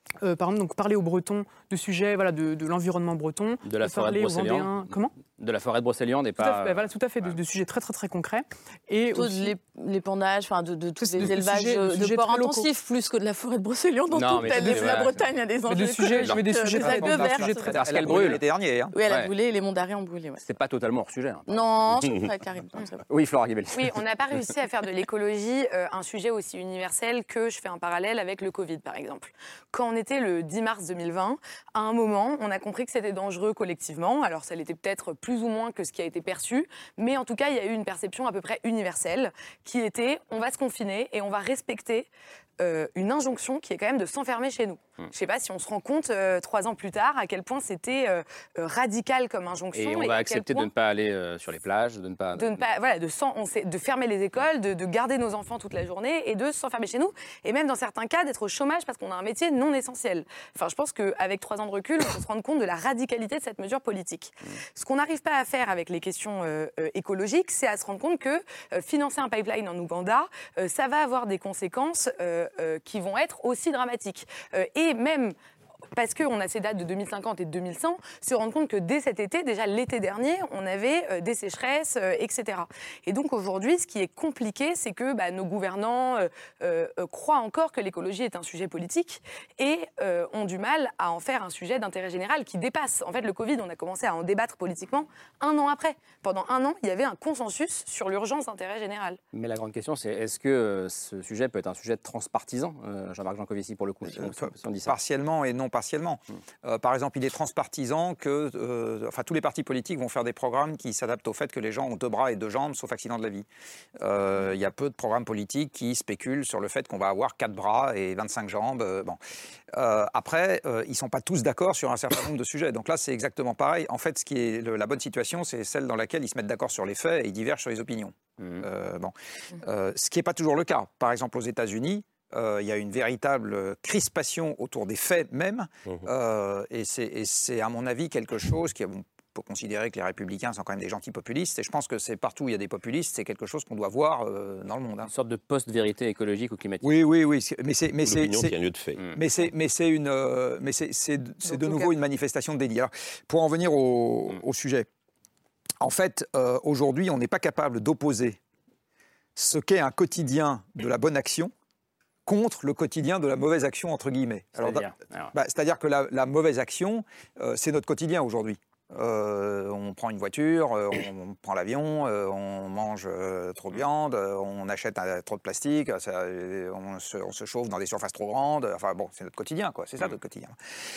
Euh, par exemple, donc, parler aux Bretons de sujets voilà, de, de l'environnement breton. De la forêt de Brocéliande. Comment ? De la forêt de Brocéliande et tout pas... À fait, voilà, tout à fait, de, de sujets très très très concrets. Et aussi... L'épandage, enfin de, de tous les de, élevages sujets, de, de porcs intensifs, intensifs, plus que de la forêt de Brocéliande. Dans non, toute la, de, la Bretagne, il y a des enjeux de sujets, écologiques, des sujets très très, très, très, Parce qu'elle brûle l'été dernier. Hein. Oui, elle a ouais. brûlé, les monts d'Arrée ont brûlé. Ouais. C'est pas totalement hors sujet. Hein. Non, c'est vrai, Karim. Oui, Flora Guibel. Oui, on n'a pas réussi à faire de l'écologie euh, un sujet aussi universel que je fais un parallèle avec le Covid, par exemple. Quand on était le dix mars deux mille vingt, à un moment, on a compris que c'était dangereux collectivement. Alors, ça l'était peut-être plus ou moins que ce qui a été perçu, mais en tout cas, il y a eu une perception à peu près universelle qui était on va se confiner et on va respecter euh, une injonction qui est quand même de s'enfermer chez nous. Mmh. Je ne sais pas si on se rend compte, euh, trois ans plus tard, à quel point c'était euh, radical comme injonction. Et on et va accepter point... de ne pas aller euh, sur les plages, de ne pas... De, ne pas, voilà, de, sans, on sait, de fermer les écoles, de, de garder nos enfants toute la journée et de s'enfermer chez nous. Et même dans certains cas, d'être au chômage parce qu'on a un métier non essentiel. Enfin, je pense qu'avec trois ans de recul, on peut se rendre compte de la radicalité de cette mesure politique. Mmh. Ce qu'on n'arrive pas à faire avec les questions euh, euh, écologiques, c'est à se rendre compte que euh, financer un pipeline en Ouganda, euh, ça va avoir des conséquences euh, euh, qui vont être aussi dramatiques. Euh, et même... parce qu'on a ces dates de deux mille cinquante et de deux mille cent, se rendre compte que dès cet été, déjà l'été dernier, on avait euh, des sécheresses, euh, et cetera. Et donc aujourd'hui, ce qui est compliqué, c'est que bah, nos gouvernants euh, euh, croient encore que l'écologie est un sujet politique et euh, ont du mal à en faire un sujet d'intérêt général qui dépasse. En fait, le Covid, on a commencé à en débattre politiquement un an après. Pendant un an, il y avait un consensus sur l'urgence d'intérêt général. Mais la grande question, c'est est-ce que ce sujet peut être un sujet transpartisan, euh, Jean-Marc Jancovici, pour le coup, si on, si on dit ça. Partiellement et non partiellement. Mmh. Euh, par exemple, il est transpartisan que euh, enfin, tous les partis politiques vont faire des programmes qui s'adaptent au fait que les gens ont deux bras et deux jambes, sauf accident de la vie. Euh, il y a peu de programmes politiques qui spéculent sur le fait qu'on va avoir quatre bras et vingt-cinq jambes. Euh, bon. euh, après, euh, ils ne sont pas tous d'accord sur un certain nombre de sujets. Donc là, c'est exactement pareil. En fait, ce qui est le, la bonne situation, c'est celle dans laquelle ils se mettent d'accord sur les faits et ils divergent sur les opinions. Mmh. Euh, bon. euh, ce qui n'est pas toujours le cas. Par exemple, aux États-Unis, il euh, y a une véritable crispation autour des faits même, mmh. euh, et c'est à mon avis quelque chose qui, on peut considérer que les républicains sont quand même des gentils populistes, et je pense que c'est partout où il y a des populistes, c'est quelque chose qu'on doit voir euh, dans le monde. Hein. Une sorte de post-vérité écologique ou climatique. Oui, oui, oui, mais c'est mais c'est qui a lieu de fait. Mais c'est mais c'est une euh, mais c'est c'est de nouveau cas. une manifestation de délit. Alors, pour en venir au, mmh. au sujet, en fait, euh, aujourd'hui, on n'est pas capable d'opposer ce qu'est un quotidien de la bonne action contre le quotidien de la mauvaise action, entre guillemets. C'est-à-dire bah, bah, que la, la mauvaise action, euh, c'est notre quotidien aujourd'hui. Euh, on prend une voiture, euh, on, on prend l'avion, euh, on mange euh, trop de viande, euh, on achète euh, trop de plastique, ça, on, se, on se chauffe dans des surfaces trop grandes. Enfin bon, c'est notre quotidien, quoi. C'est ça notre quotidien.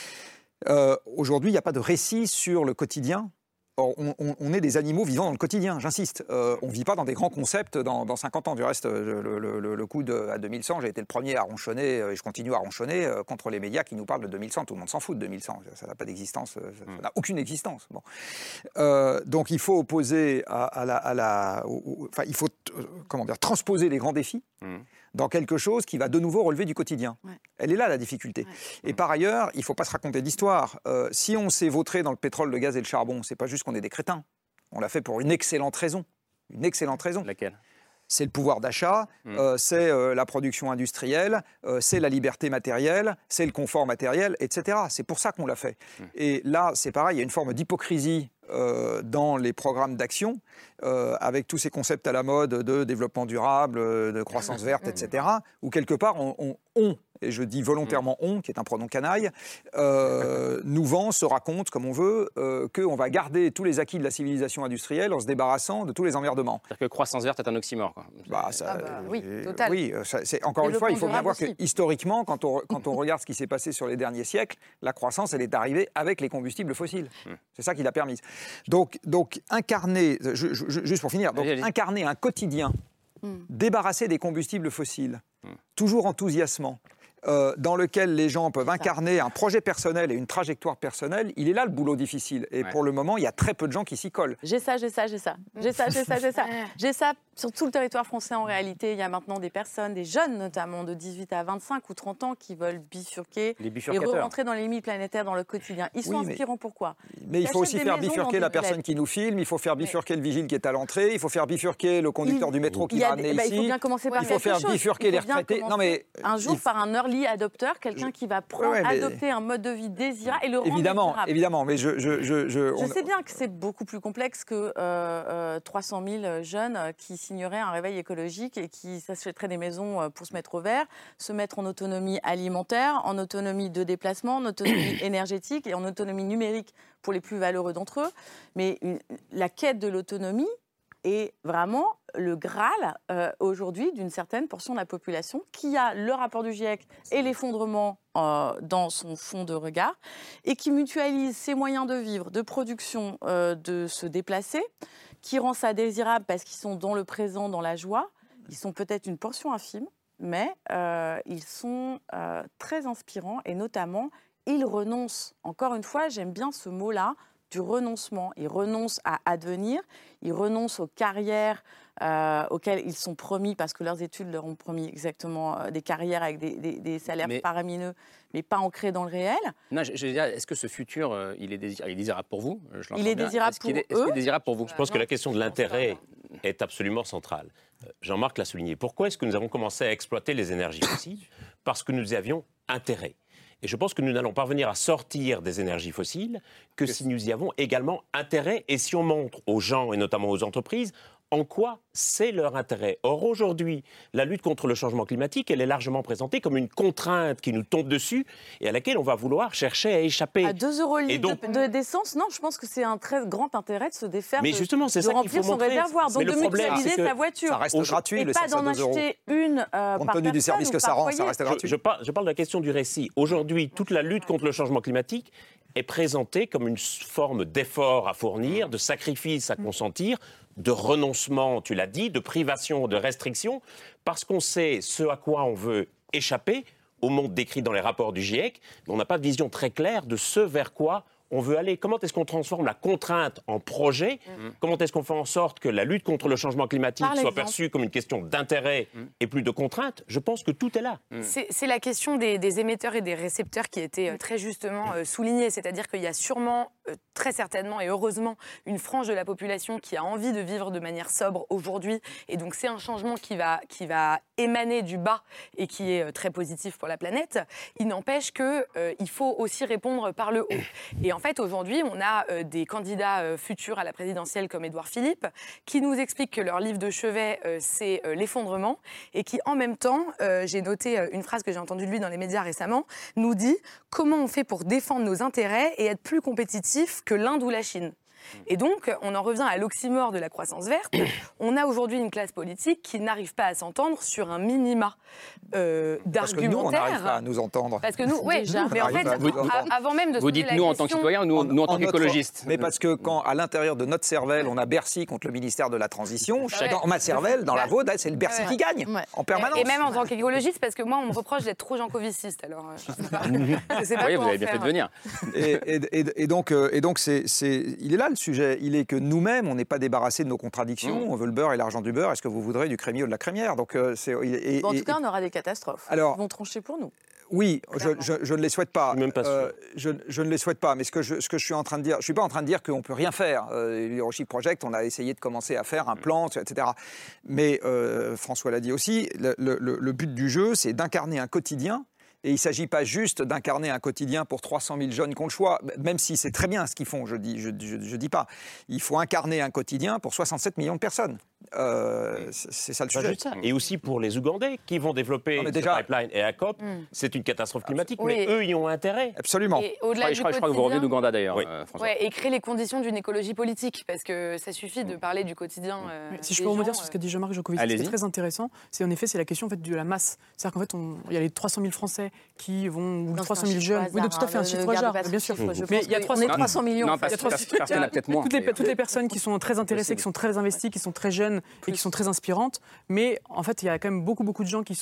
Euh, aujourd'hui, il n'y a pas de récit sur le quotidien. Or, on, on, on est des animaux vivant dans le quotidien, j'insiste. Euh, on ne vit pas dans des grands concepts dans, dans cinquante ans. Du reste, le, le, le, le coup de, à deux mille cent, j'ai été le premier à ronchonner, et je continue à ronchonner euh, contre les médias qui nous parlent de deux mille cent. Tout le monde s'en fout de deux mille cent. Ça n'a pas d'existence, ça n'a aucune existence. Bon. Euh, donc il faut opposer à, à la... À la au, au, enfin, il faut euh, comment dire, transposer les grands défis mmh. dans quelque chose qui va de nouveau relever du quotidien. Ouais. Elle est là, la difficulté. Ouais. Et par ailleurs, il ne faut pas se raconter d'histoire. Euh, si on s'est vautré dans le pétrole, le gaz et le charbon, c'est pas juste qu'on est des crétins. On l'a fait pour une excellente raison. Une excellente raison. Laquelle ? C'est le pouvoir d'achat, mmh. euh, c'est euh, la production industrielle, euh, c'est la liberté matérielle, c'est le confort matériel, et cetera. C'est pour ça qu'on l'a fait. Mmh. Et là, c'est pareil, il y a une forme d'hypocrisie euh, dans les programmes d'action, euh, avec tous ces concepts à la mode de développement durable, de croissance verte, et cetera, où quelque part, on, on, on et je dis volontairement on, qui est un pronom canaille, euh, nous vend, se raconte, comme on veut, euh, qu'on va garder tous les acquis de la civilisation industrielle en se débarrassant de tous les emmerdements. C'est-à-dire que croissance verte est un oxymore, quoi. Bah, ça, ah bah, oui, euh, total. Oui, ça, c'est, encore une fois, il faut bien voir aussi. que historiquement, quand on, quand on regarde ce qui s'est passé sur les derniers siècles, la croissance, elle est arrivée avec les combustibles fossiles. Hum. C'est ça qui l'a permise. Donc, donc incarner, je, je, juste pour finir, donc, incarner un quotidien hum. débarrassé des combustibles fossiles, hum. toujours enthousiasmant, Euh, dans lequel les gens peuvent incarner un projet personnel et une trajectoire personnelle, il est là le boulot difficile. Et ouais. pour le moment, il y a très peu de gens qui s'y collent. J'ai ça, j'ai ça, j'ai ça. J'ai ça, j'ai ça, j'ai ça. J'ai ça Sur tout le territoire français, en réalité, il y a maintenant des personnes, des jeunes notamment, de dix-huit à vingt-cinq ou trente ans qui veulent bifurquer et re-rentrer dans les limites planétaires dans le quotidien. Ils sont oui, mais... inspirants pourquoi Mais il faut aussi faire bifurquer la personne villages. qui nous filme, il faut faire bifurquer mais... le vigile qui est à l'entrée, il faut faire bifurquer le conducteur il... du métro qui va amener bah, ici. Il faut bien commencer par il faut faire chose. bifurquer les retraités. Non, mais... Un jour, il... par un early adopteur, quelqu'un qui va prendre, ouais, mais... adopter un mode de vie désirable et le rendre évidemment, désirable. Évidemment, mais je... Je, je, je, je on... sais bien que c'est beaucoup plus complexe que euh, euh, trois cent mille jeunes qui signeraient un réveil écologique et qui s'achèteraient des maisons pour se mettre au vert, se mettre en autonomie alimentaire, en autonomie de déplacement, en autonomie énergétique et en autonomie numérique pour les plus valeureux d'entre eux. Mais une, la quête de l'autonomie est vraiment le Graal euh, aujourd'hui d'une certaine portion de la population qui a le rapport du GIEC et l'effondrement euh, dans son fond de regard et qui mutualise ses moyens de vivre, de production, euh, de se déplacer, qui rend ça désirable parce qu'ils sont dans le présent, dans la joie. Ils sont peut-être une portion infime, mais euh, ils sont euh, très inspirants et notamment, ils renoncent. Encore une fois, j'aime bien ce mot-là, du renoncement. Ils renoncent à advenir, ils renoncent aux carrières euh, auxquelles ils sont promis, parce que leurs études leur ont promis exactement euh, des carrières avec des, des, des salaires mais... faramineux, mais pas ancrés dans le réel. Non, je, je veux dire, est-ce que ce futur, euh, il, est désir... il est désirable pour vous? Je Il est désirable pour eux. Est-ce qu'il est désirable pour vous? Je pense que la question de l'intérêt est absolument centrale. Jean-Marc l'a souligné. Pourquoi est-ce que nous avons commencé à exploiter les énergies fossiles? Parce que nous y avions intérêt. Et je pense que nous n'allons parvenir à sortir des énergies fossiles que si nous y avons également intérêt et si on montre aux gens et notamment aux entreprises en quoi c'est leur intérêt. Or, aujourd'hui, la lutte contre le changement climatique, elle est largement présentée comme une contrainte qui nous tombe dessus et à laquelle on va vouloir chercher à échapper. À deux euros le litre donc... de, d'essence, non, je pense que c'est un très grand intérêt de se défaire, mais de, justement, c'est de ça remplir qu'il faut son montrer. réservoir, donc mais de mutualiser sa voiture. Ça reste gratuit, et le pas d'en acheter une euh, Compte par tenu du service que ça rend, ça reste gratuit. Je, je, parle, je parle de la question du récit. Aujourd'hui, toute la lutte contre le changement climatique est présentée comme une forme d'effort à fournir, de sacrifice à consentir, de renoncement, tu l'as dit, de privation, de restriction, parce qu'on sait ce à quoi on veut échapper, au monde décrit dans les rapports du GIEC, mais on n'a pas de vision très claire de ce vers quoi on veut aller. Comment est-ce qu'on transforme la contrainte en projet? mmh. Comment est-ce qu'on fait en sorte que la lutte contre le changement climatique Par soit exemple. perçue comme une question d'intérêt mmh. et plus de contrainte? Je pense que tout est là. Mmh. C'est, c'est la question des, des émetteurs et des récepteurs qui était euh, très justement euh, soulignée. C'est-à-dire qu'il y a sûrement, euh, très certainement et heureusement, une frange de la population qui a envie de vivre de manière sobre aujourd'hui. Et donc c'est un changement qui va, qui va émaner du bas et qui est euh, très positif pour la planète. Il n'empêche qu'il euh, faut aussi répondre par le haut. Et en En fait, aujourd'hui, on a euh, des candidats euh, futurs à la présidentielle comme Édouard Philippe qui nous expliquent que leur livre de chevet, euh, c'est euh, l'effondrement et qui, en même temps, euh, j'ai noté euh, une phrase que j'ai entendue de lui dans les médias récemment, nous dit « Comment on fait pour défendre nos intérêts et être plus compétitif que l'Inde ou la Chine ?» Et donc, on en revient à l'oxymore de la croissance verte. On a aujourd'hui une classe politique qui n'arrive pas à s'entendre sur un minima euh, d'argumentaire. Parce que nous, on n'arrive pas à nous entendre. Parce que nous, oui, mais en fait, vous, avant même de se Vous dites nous en tant que citoyens, nous, nous en, en tant qu'écologistes. Mais parce que quand, à l'intérieur de notre cervelle, on a Bercy contre le ministère de la Transition, ouais. dans ma cervelle, dans la vôtre, c'est le Bercy ouais. qui gagne, ouais. en permanence. Et même en tant qu'écologiste, parce que moi, on me reproche d'être trop jankoviciste. Alors, euh, je sais pas. Je sais pas oui, vous avez bien faire. fait de venir. Et, et, et, et donc, et donc c'est, c'est, il est là le sujet. Il est que nous-mêmes, on n'est pas débarrassés de nos contradictions. Mmh. On veut le beurre et l'argent du beurre. Est-ce que vous voudrez du crémier ou de la crémière? Donc, euh, c'est, et, bon, en et, tout cas, on aura des catastrophes. Alors, Ils vont trancher pour nous. Oui, je, je, je ne les souhaite pas. Même pas euh, je, je ne les souhaite pas. Mais ce que je, ce que je suis en train de dire, je suis pas en train de dire qu'on peut rien faire. Euh, Leadership Project, on a essayé de commencer à faire un plan, et cetera. Mais euh, François l'a dit aussi, le, le, le but du jeu, c'est d'incarner un quotidien. Et il ne s'agit pas juste d'incarner un quotidien pour trois cent mille jeunes qui ont le choix, même si c'est très bien ce qu'ils font, je dis, je, je, je dis pas. Il faut incarner un quotidien pour soixante-sept millions de personnes. Euh, c'est ça le pas sujet. Juste ça. Et aussi pour les Ougandais qui vont développer ce déjà... pipeline et à COP, mm. c'est une catastrophe climatique, oui. mais eux y ont intérêt. Absolument. Et au-delà je, crois, je crois que vous revenez d'Ouganda d'ailleurs, oui. euh, François. Ouais, et créer les conditions d'une écologie politique, parce que ça suffit de parler du quotidien. Euh, oui, si je peux rebondir euh... sur ce qu'a dit Jean-Marc Jancovici, c'est très intéressant. C'est en effet c'est la question en fait, de la masse. C'est-à-dire qu'en fait, on... il y a les trois cent mille Français qui vont, ou trois cent mille jeunes. Oui, tout à fait un chiffre hasard, bien sûr. Mais il y a trois cent millions. Non, parce qu'il y en a peut-être moins. Toutes les personnes qui sont très intéressées, qui sont très investies, qui sont très jeunes et qui sont très inspirantes, mais en fait, il y a quand même beaucoup, beaucoup de gens qui sont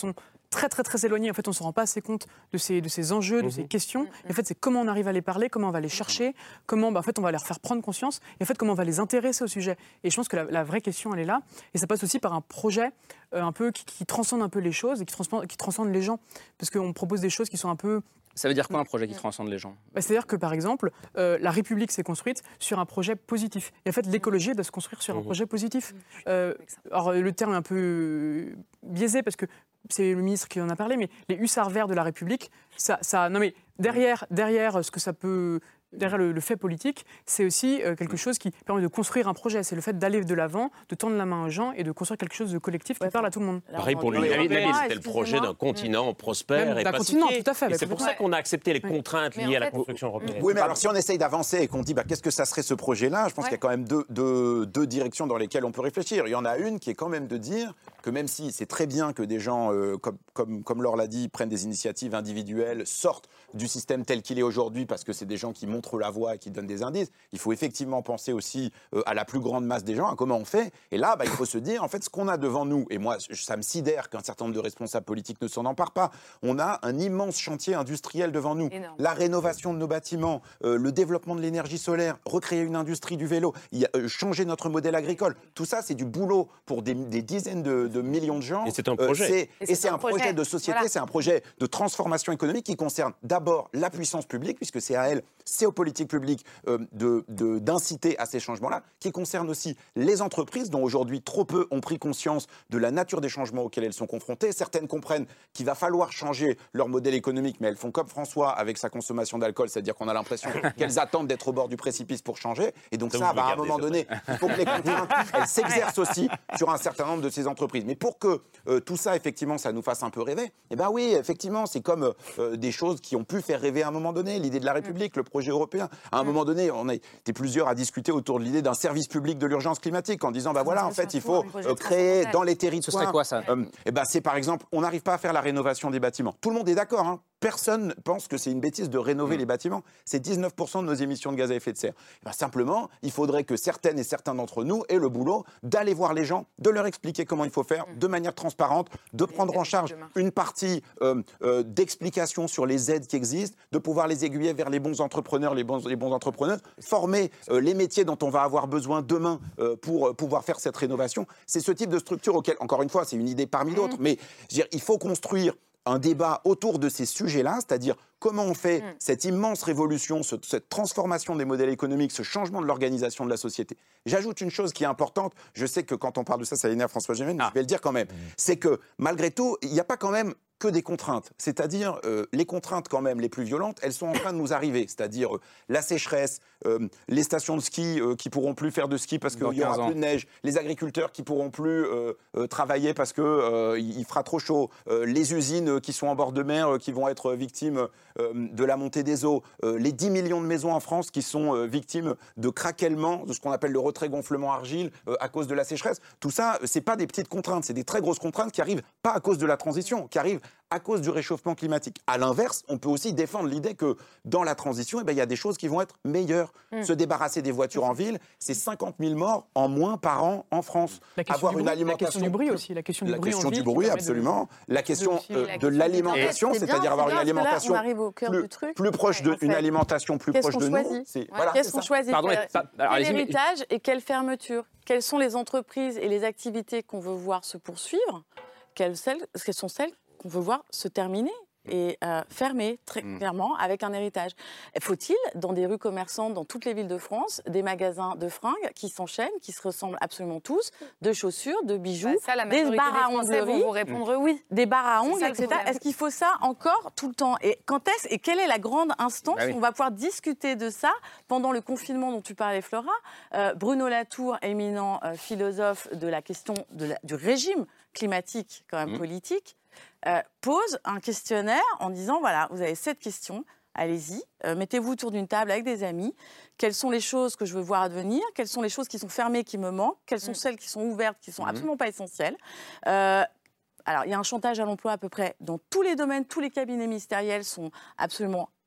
très très très éloignés. En fait, on ne se rend pas assez compte de ces, de ces enjeux, de ces questions. Et en fait, c'est comment on arrive à les parler, comment on va les chercher, comment bah, en fait, on va leur faire prendre conscience, et en fait, comment on va les intéresser au sujet. Et je pense que la, la vraie question, elle est là. Et ça passe aussi par un projet euh, un peu qui, qui transcende un peu les choses et qui transcende, qui transcende les gens. Parce qu'on propose des choses qui sont un peu... Ça veut dire quoi un projet qui transcende les gens? Bah, c'est-à-dire que, par exemple, euh, la République s'est construite sur un projet positif. Et en fait, l'écologie doit se construire sur un projet positif. Euh, alors, le terme est un peu biaisé parce que c'est le ministre qui en a parlé, mais les hussards verts de la République, ça... ça non mais derrière, derrière ce que ça peut... Derrière le, le fait politique, c'est aussi euh, quelque chose qui permet de construire un projet. C'est le fait d'aller de l'avant, de tendre la main aux gens et de construire quelque chose de collectif qui ouais, parle à tout le monde. Pareil pour l'Union européenne, c'était le projet d'un continent prospère et pacifié. Tout à fait. Et c'est pour ça qu'on a accepté les contraintes liées à la construction européenne. Oui, mais alors si on essaye d'avancer et qu'on dit bah, qu'est-ce que ça serait ce projet-là, je pense ouais. qu'il y a quand même deux, deux, deux directions dans lesquelles on peut réfléchir. Il y en a une qui est quand même de dire que même si c'est très bien que des gens, euh, comme, comme, comme Laure l'a dit, prennent des initiatives individuelles, sortent du système tel qu'il est aujourd'hui parce que c'est des gens qui montrent la voie et qui donnent des indices, il faut effectivement penser aussi euh, à la plus grande masse des gens, à comment on fait. Et là, bah, il faut se dire, en fait, ce qu'on a devant nous, et moi, ça me sidère qu'un certain nombre de responsables politiques ne s'en emparent pas, on a un immense chantier industriel devant nous. Énorme. La rénovation de nos bâtiments, euh, le développement de l'énergie solaire, recréer une industrie du vélo, y a, euh, changer notre modèle agricole. Tout ça, c'est du boulot pour des, des dizaines de, de millions de gens. Et c'est un projet. Euh, c'est, et c'est, et c'est un, un projet, projet de société, voilà. C'est un projet de transformation économique qui concerne d'abord la puissance publique, puisque c'est à elle, c'est aux politiques publiques euh, de, de, d'inciter à ces changements-là, qui concerne aussi les entreprises, dont aujourd'hui trop peu ont pris conscience de la nature des changements auxquels elles sont confrontées. Certaines comprennent qu'il va falloir changer leur modèle économique, mais elles font comme François avec sa consommation d'alcool, c'est-à-dire qu'on a l'impression qu'elles attendent d'être au bord du précipice pour changer. Et donc, donc ça, bah, à un moment donné, il faut que les contraintes, elles s'exercent aussi sur un certain nombre de ces entreprises. Mais pour que euh, tout ça, effectivement, ça nous fasse un peu rêver, eh bien oui, effectivement, c'est comme euh, des choses qui ont pu faire rêver à un moment donné, l'idée de la République, le projet européen. À un moment donné, on a été plusieurs à discuter autour de l'idée d'un service public de l'urgence climatique en disant, bah voilà, en fait, il faut euh, créer dans les territoires... Ce serait quoi, ça euh, eh ben, c'est par exemple, on n'arrive pas à faire la rénovation des bâtiments. Tout le monde est d'accord, hein. Personne pense que c'est une bêtise de rénover mmh. les bâtiments. C'est dix-neuf pour cent de nos émissions de gaz à effet de serre. Eh ben, simplement, il faudrait que certaines et certains d'entre nous aient le boulot d'aller voir les gens, de leur expliquer comment il faut faire mmh. de manière transparente, de prendre en charge une partie euh, euh, d'explication sur les aides qui existent, de pouvoir les aiguiller vers les bons entrepreneurs, les bons, les bons entrepreneurs, former euh, les métiers dont on va avoir besoin demain euh, pour euh, pouvoir faire cette rénovation. C'est ce type de structure auquel, encore une fois, c'est une idée parmi d'autres, mmh. mais je veux dire, il faut construire un débat autour de ces sujets-là, c'est-à-dire comment on fait mmh. cette immense révolution, ce, cette transformation des modèles économiques, ce changement de l'organisation de la société. J'ajoute une chose qui est importante, je sais que quand on parle de ça, ça énerve François Gémen, mais ah. je vais le dire quand même, mmh. c'est que malgré tout, il n'y a pas quand même que des contraintes, c'est-à-dire euh, les contraintes quand même les plus violentes, elles sont en train de nous arriver, c'est-à-dire euh, la sécheresse, euh, les stations de ski euh, qui pourront plus faire de ski parce qu'il y aura plus de neige, les agriculteurs qui pourront plus euh, euh, travailler parce que euh, il fera trop chaud, euh, les usines qui sont en bord de mer euh, qui vont être victimes euh, de la montée des eaux, euh, les dix millions de maisons en France qui sont euh, victimes de craquellement, de ce qu'on appelle le retrait-gonflement argile euh, à cause de la sécheresse. Tout ça, c'est pas des petites contraintes, c'est des très grosses contraintes qui arrivent pas à cause de la transition, qui arrivent à cause du réchauffement climatique. À l'inverse, on peut aussi défendre l'idée que dans la transition, eh ben, il y a des choses qui vont être meilleures. Mmh. Se débarrasser des voitures en ville, c'est cinquante mille morts en moins par an en France. Avoir une alimentation... La question du bruit aussi. La question du la bruit, question en du ville, bruit absolument. De... La question de, euh, de l'alimentation, c'est-à-dire avoir une alimentation là, on au cœur plus, du truc. plus proche de, une alimentation plus proche de nous. C'est, voilà, Qu'est-ce qu'on choisit Pardon, Quel, pas, alors, quel héritage et quelle fermeture? Quelles sont les entreprises et les activités qu'on veut voir se poursuivre? Quelles, celles, quelles sont celles qu'on veut voir se terminer et euh, fermer très mmh. clairement avec un héritage. Faut-il, dans des rues commerçantes, dans toutes les villes de France, des magasins de fringues qui s'enchaînent, qui se ressemblent absolument tous, de chaussures, de bijoux, bah ça, la des bars à onglerie, vont vous répondre oui. des bars à ongles, et cetera. Est-ce qu'il faut ça encore tout le temps? Et quand est-ce et quelle est la grande instance bah oui. où on va pouvoir discuter de ça pendant le confinement dont tu parlais, Flora? euh, Bruno Latour, éminent euh, philosophe de la question de la, du régime climatique, quand même mmh. politique, Euh, pose un questionnaire en disant, voilà, vous avez cette question, allez-y, euh, mettez-vous autour d'une table avec des amis, quelles sont les choses que je veux voir advenir, quelles sont les choses qui sont fermées, qui me manquent, quelles sont mmh. celles qui sont ouvertes, qui ne sont mmh. absolument pas essentielles. Euh, alors, il y a un chantage à l'emploi à peu près dans tous les domaines, tous les cabinets ministériels sont absolument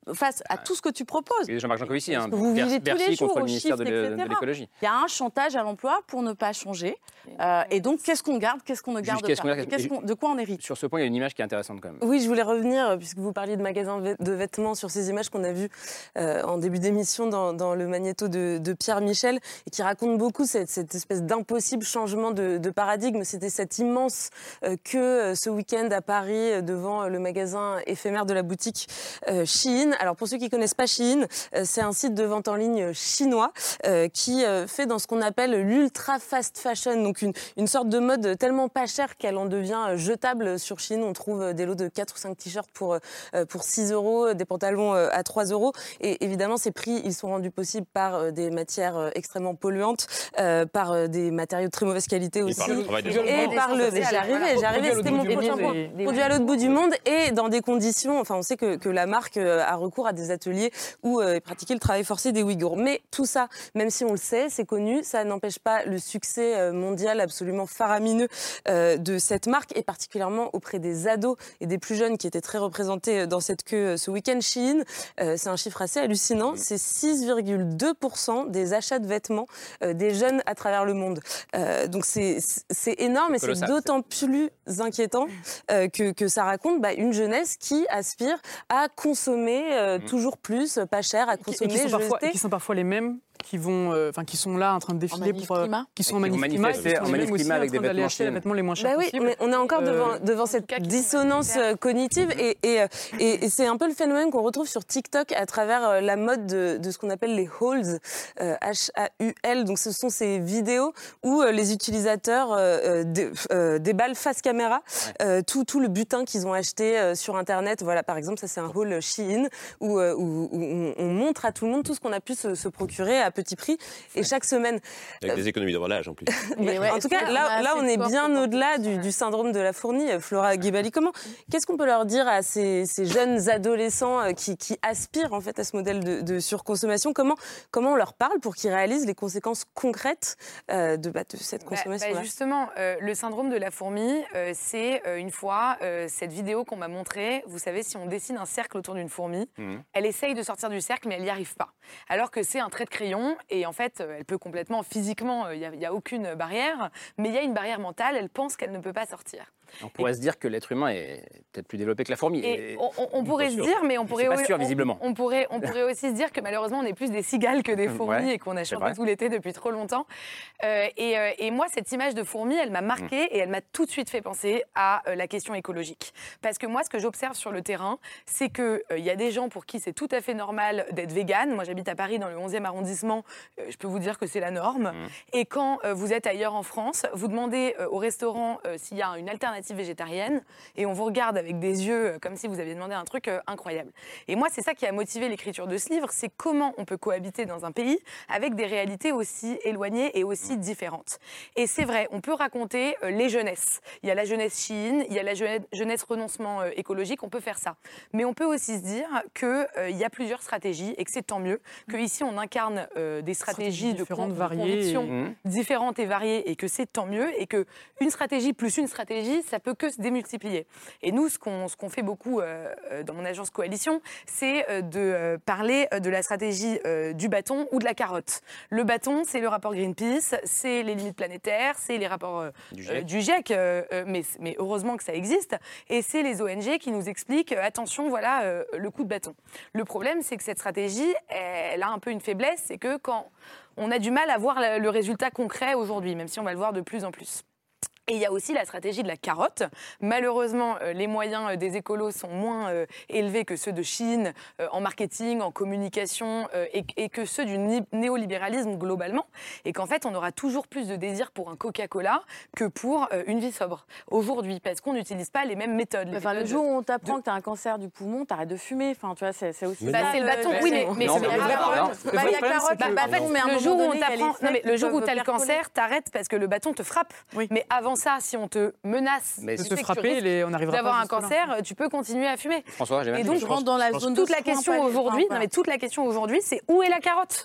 face à tout ce que tu proposes. Et Jean-Marc Jancovici, hein, vous vivez tous les jours contre le aux ministère chiffres, de l'é- et cetera. de l'écologie. Il y a un chantage à l'emploi pour ne pas changer. Euh, et donc, qu'est-ce qu'on garde, qu'est-ce qu'on ne garde Juste, qu'est-ce qu'on pas garde- Qu'est-ce qu'on- De quoi on hérite? Sur ce point, il y a une image qui est intéressante quand même. Oui, je voulais revenir, euh, puisque vous parliez de magasins vê- de vêtements, sur ces images qu'on a vues euh, en début d'émission dans, dans le magnéto de, de Pierre Michel, et qui racontent beaucoup cette, cette espèce d'impossible changement de, de paradigme. C'était cette immense euh, queue euh, ce week-end à Paris, euh, devant euh, le magasin éphémère de la boutique euh, Shein. Alors, pour ceux qui ne connaissent pas Shein, euh, c'est un site de vente en ligne chinois euh, qui euh, fait dans ce qu'on appelle l'ultra fast fashion, donc une, une sorte de mode tellement pas chère qu'elle en devient euh, jetable. Sur Shein, on trouve euh, des lots de quatre ou cinq t-shirts pour, euh, pour six euros, des pantalons euh, à trois euros. Et évidemment, ces prix, ils sont rendus possibles par euh, des matières euh, extrêmement polluantes, euh, par euh, des matériaux de très mauvaise qualité aussi. par le travail des et enfants. par le... Des J'y arrivais, voilà. j'y arrivais, c'était mon Produit à prochain l'autre point. bout du- des- Produit à l'autre bout du monde et dans des conditions... Enfin, on sait que, que la marque euh, a recours à des ateliers où euh, est pratiqué le travail forcé des Ouïghours. Mais tout ça, même si on le sait, c'est connu, ça n'empêche pas le succès euh, mondial absolument faramineux euh, de cette marque, et particulièrement auprès des ados et des plus jeunes qui étaient très représentés dans cette queue euh, ce week-end. Shein, euh, c'est un chiffre assez hallucinant, c'est six virgule deux pour cent des achats de vêtements euh, des jeunes à travers le monde. Euh, donc c'est c'est énorme, et c'est colossal. d'autant plus inquiétant euh, que, que ça raconte bah, une jeunesse qui aspire à consommer euh, toujours plus, pas cher, à Et qui- et consommer, qui sont, jeter. parfois, et qui sont parfois les mêmes qui vont, euh, enfin qui sont là en train de défiler manif pour, euh, climat. qui sont Et en qui vont manif climat, manifester qui sont en les manif mêmes aussi climat en avec train des d'aller vêtements acheter les Shein. vêtements les moins chers Bah oui, possibles. mais on est encore devant, Euh, devant cette cas qui sont dissonance sanitaires. euh, cognitive, et, et, euh, et, et c'est un peu le phénomène qu'on retrouve sur TikTok à travers euh, la mode de, de ce qu'on appelle les hauls, euh, H A U L. Donc ce sont ces vidéos où euh, les utilisateurs euh, euh, dé- euh, déballent face caméra euh, tout, tout le butin qu'ils ont acheté euh, sur Internet. Voilà, par exemple, ça c'est un haul Shein où, euh, où- où on, on montre à tout le monde tout ce qu'on a pu se, se procurer à petit prix. Et chaque semaine, Avec des économies de relâche en plus. mais ouais, en est-ce tout cas, qu'on a là, là, assez on de est corps bien pour au-delà du, ouais. du syndrome de la fournie. Euh, Flora Guibali, comment, qu'est-ce qu'on peut leur dire à ces, ces jeunes adolescents euh, qui, qui aspirent en fait à ce modèle de, de surconsommation? Comment, comment on leur parle pour qu'ils réalisent les conséquences concrètes euh, de, bah, de cette Bah, consommation-là? bah, justement, euh, le syndrome de la fourmi, euh, c'est euh, une fois euh, cette vidéo qu'on m'a montrée. Vous savez, si on dessine un cercle autour d'une fourmi, Mhm. elle essaye de sortir du cercle, mais elle n'y arrive pas. Alors que c'est un trait de crayon, et en fait, euh, elle peut complètement, physiquement, il n'y a, a aucune barrière, mais il y a une barrière mentale, elle pense qu'elle ne peut pas sortir. On pourrait se dire que l'être humain est peut-être plus développé que la fourmi. Et on, on- on pourrait se sûr. dire, mais on Mais pourrait, c'est pas sûr, on- visiblement. On, pourrait, on pourrait aussi se dire que malheureusement, on est plus des cigales que des fourmis Ouais, et qu'on a c'est chanté vrai. tout l'été depuis trop longtemps. Euh, et, euh, et moi, cette image de fourmi, elle m'a marquée Mm. et elle m'a tout de suite fait penser à euh, la question écologique. Parce que moi, ce que j'observe sur le terrain, c'est qu'il y a des gens pour qui c'est tout à fait normal d'être végane. Moi, j'habite à Paris dans le onzième arrondissement. Euh, je peux vous dire que c'est la norme. Mm. Et quand euh, vous êtes ailleurs en France, vous demandez euh, au restaurant euh, s'il y a une alternative végétarienne et on vous regarde avec des yeux euh, comme si vous aviez demandé un truc euh, incroyable. Et moi, c'est ça qui a motivé l'écriture de ce livre, c'est comment on peut cohabiter dans un pays avec des réalités aussi éloignées et aussi différentes. Et c'est vrai, on peut raconter euh, les jeunesses. Il y a la jeunesse Shein, il y a la jeunesse, jeunesse renoncement euh, écologique, on peut faire ça. Mais on peut aussi se dire qu'il euh, y a plusieurs stratégies et que c'est tant mieux, qu'ici on incarne euh, des stratégies, Stratégies de, différentes, con- de variées conviction et- Mmh. différentes et variées et que c'est tant mieux et que une stratégie plus une stratégie, ça peut que se démultiplier. Et nous, ce qu'on ce qu'on fait beaucoup euh, euh, dans mon agence Coalition, c'est euh, de euh, parler euh, de la stratégie euh, du bâton ou de la carotte. Le bâton, c'est le rapport Greenpeace, c'est les limites planétaires, c'est les rapports euh, Du euh, GIEC. du GIEC, euh, euh, mais, mais heureusement que ça existe, et c'est les O N G qui nous expliquent, euh, attention, voilà euh, le coup de bâton. Le problème, c'est que cette stratégie, elle a un peu une faiblesse, c'est que quand on a du mal à voir le le résultat concret aujourd'hui, même si on va le voir de plus en plus. Et il y a aussi la stratégie de la carotte. Malheureusement, euh, les moyens euh, des écolos sont moins euh, élevés que ceux de Chine euh, en marketing, en communication euh, et, et que ceux du ni- néolibéralisme globalement. Et qu'en fait, on aura toujours plus de désir pour un Coca-Cola que pour euh, une vie sobre aujourd'hui, parce qu'on n'utilise pas les mêmes méthodes. Les Enfin, le méthodes jour où on t'apprend de- que tu as un cancer du poumon, t'arrêtes de fumer. Enfin, tu vois, c'est c'est aussi. Bah, ça, c'est le bâton, oui, mais, mais Non, c'est mais- le non, bâton. non. Bah, il y a carotte, Bah, le bah, en fait, bâton, mais à un le moment jour où on donné, il y a t'apprend, les non mais effets le qui jour où peuvent t'as le faire cancer, connaître. t'arrêtes parce que le bâton te frappe. Oui. Mais avant ça, si on te menace Mais du se fait que tu frapper, risques les- on n'arrivera d'avoir pas un jusque-là. cancer, tu peux continuer à fumer. François, j'ai Et même donc, Je rentre dans la zone de toute la soins, question pas les aujourd'hui, freins, non mais toute la question aujourd'hui, c'est où est la carotte?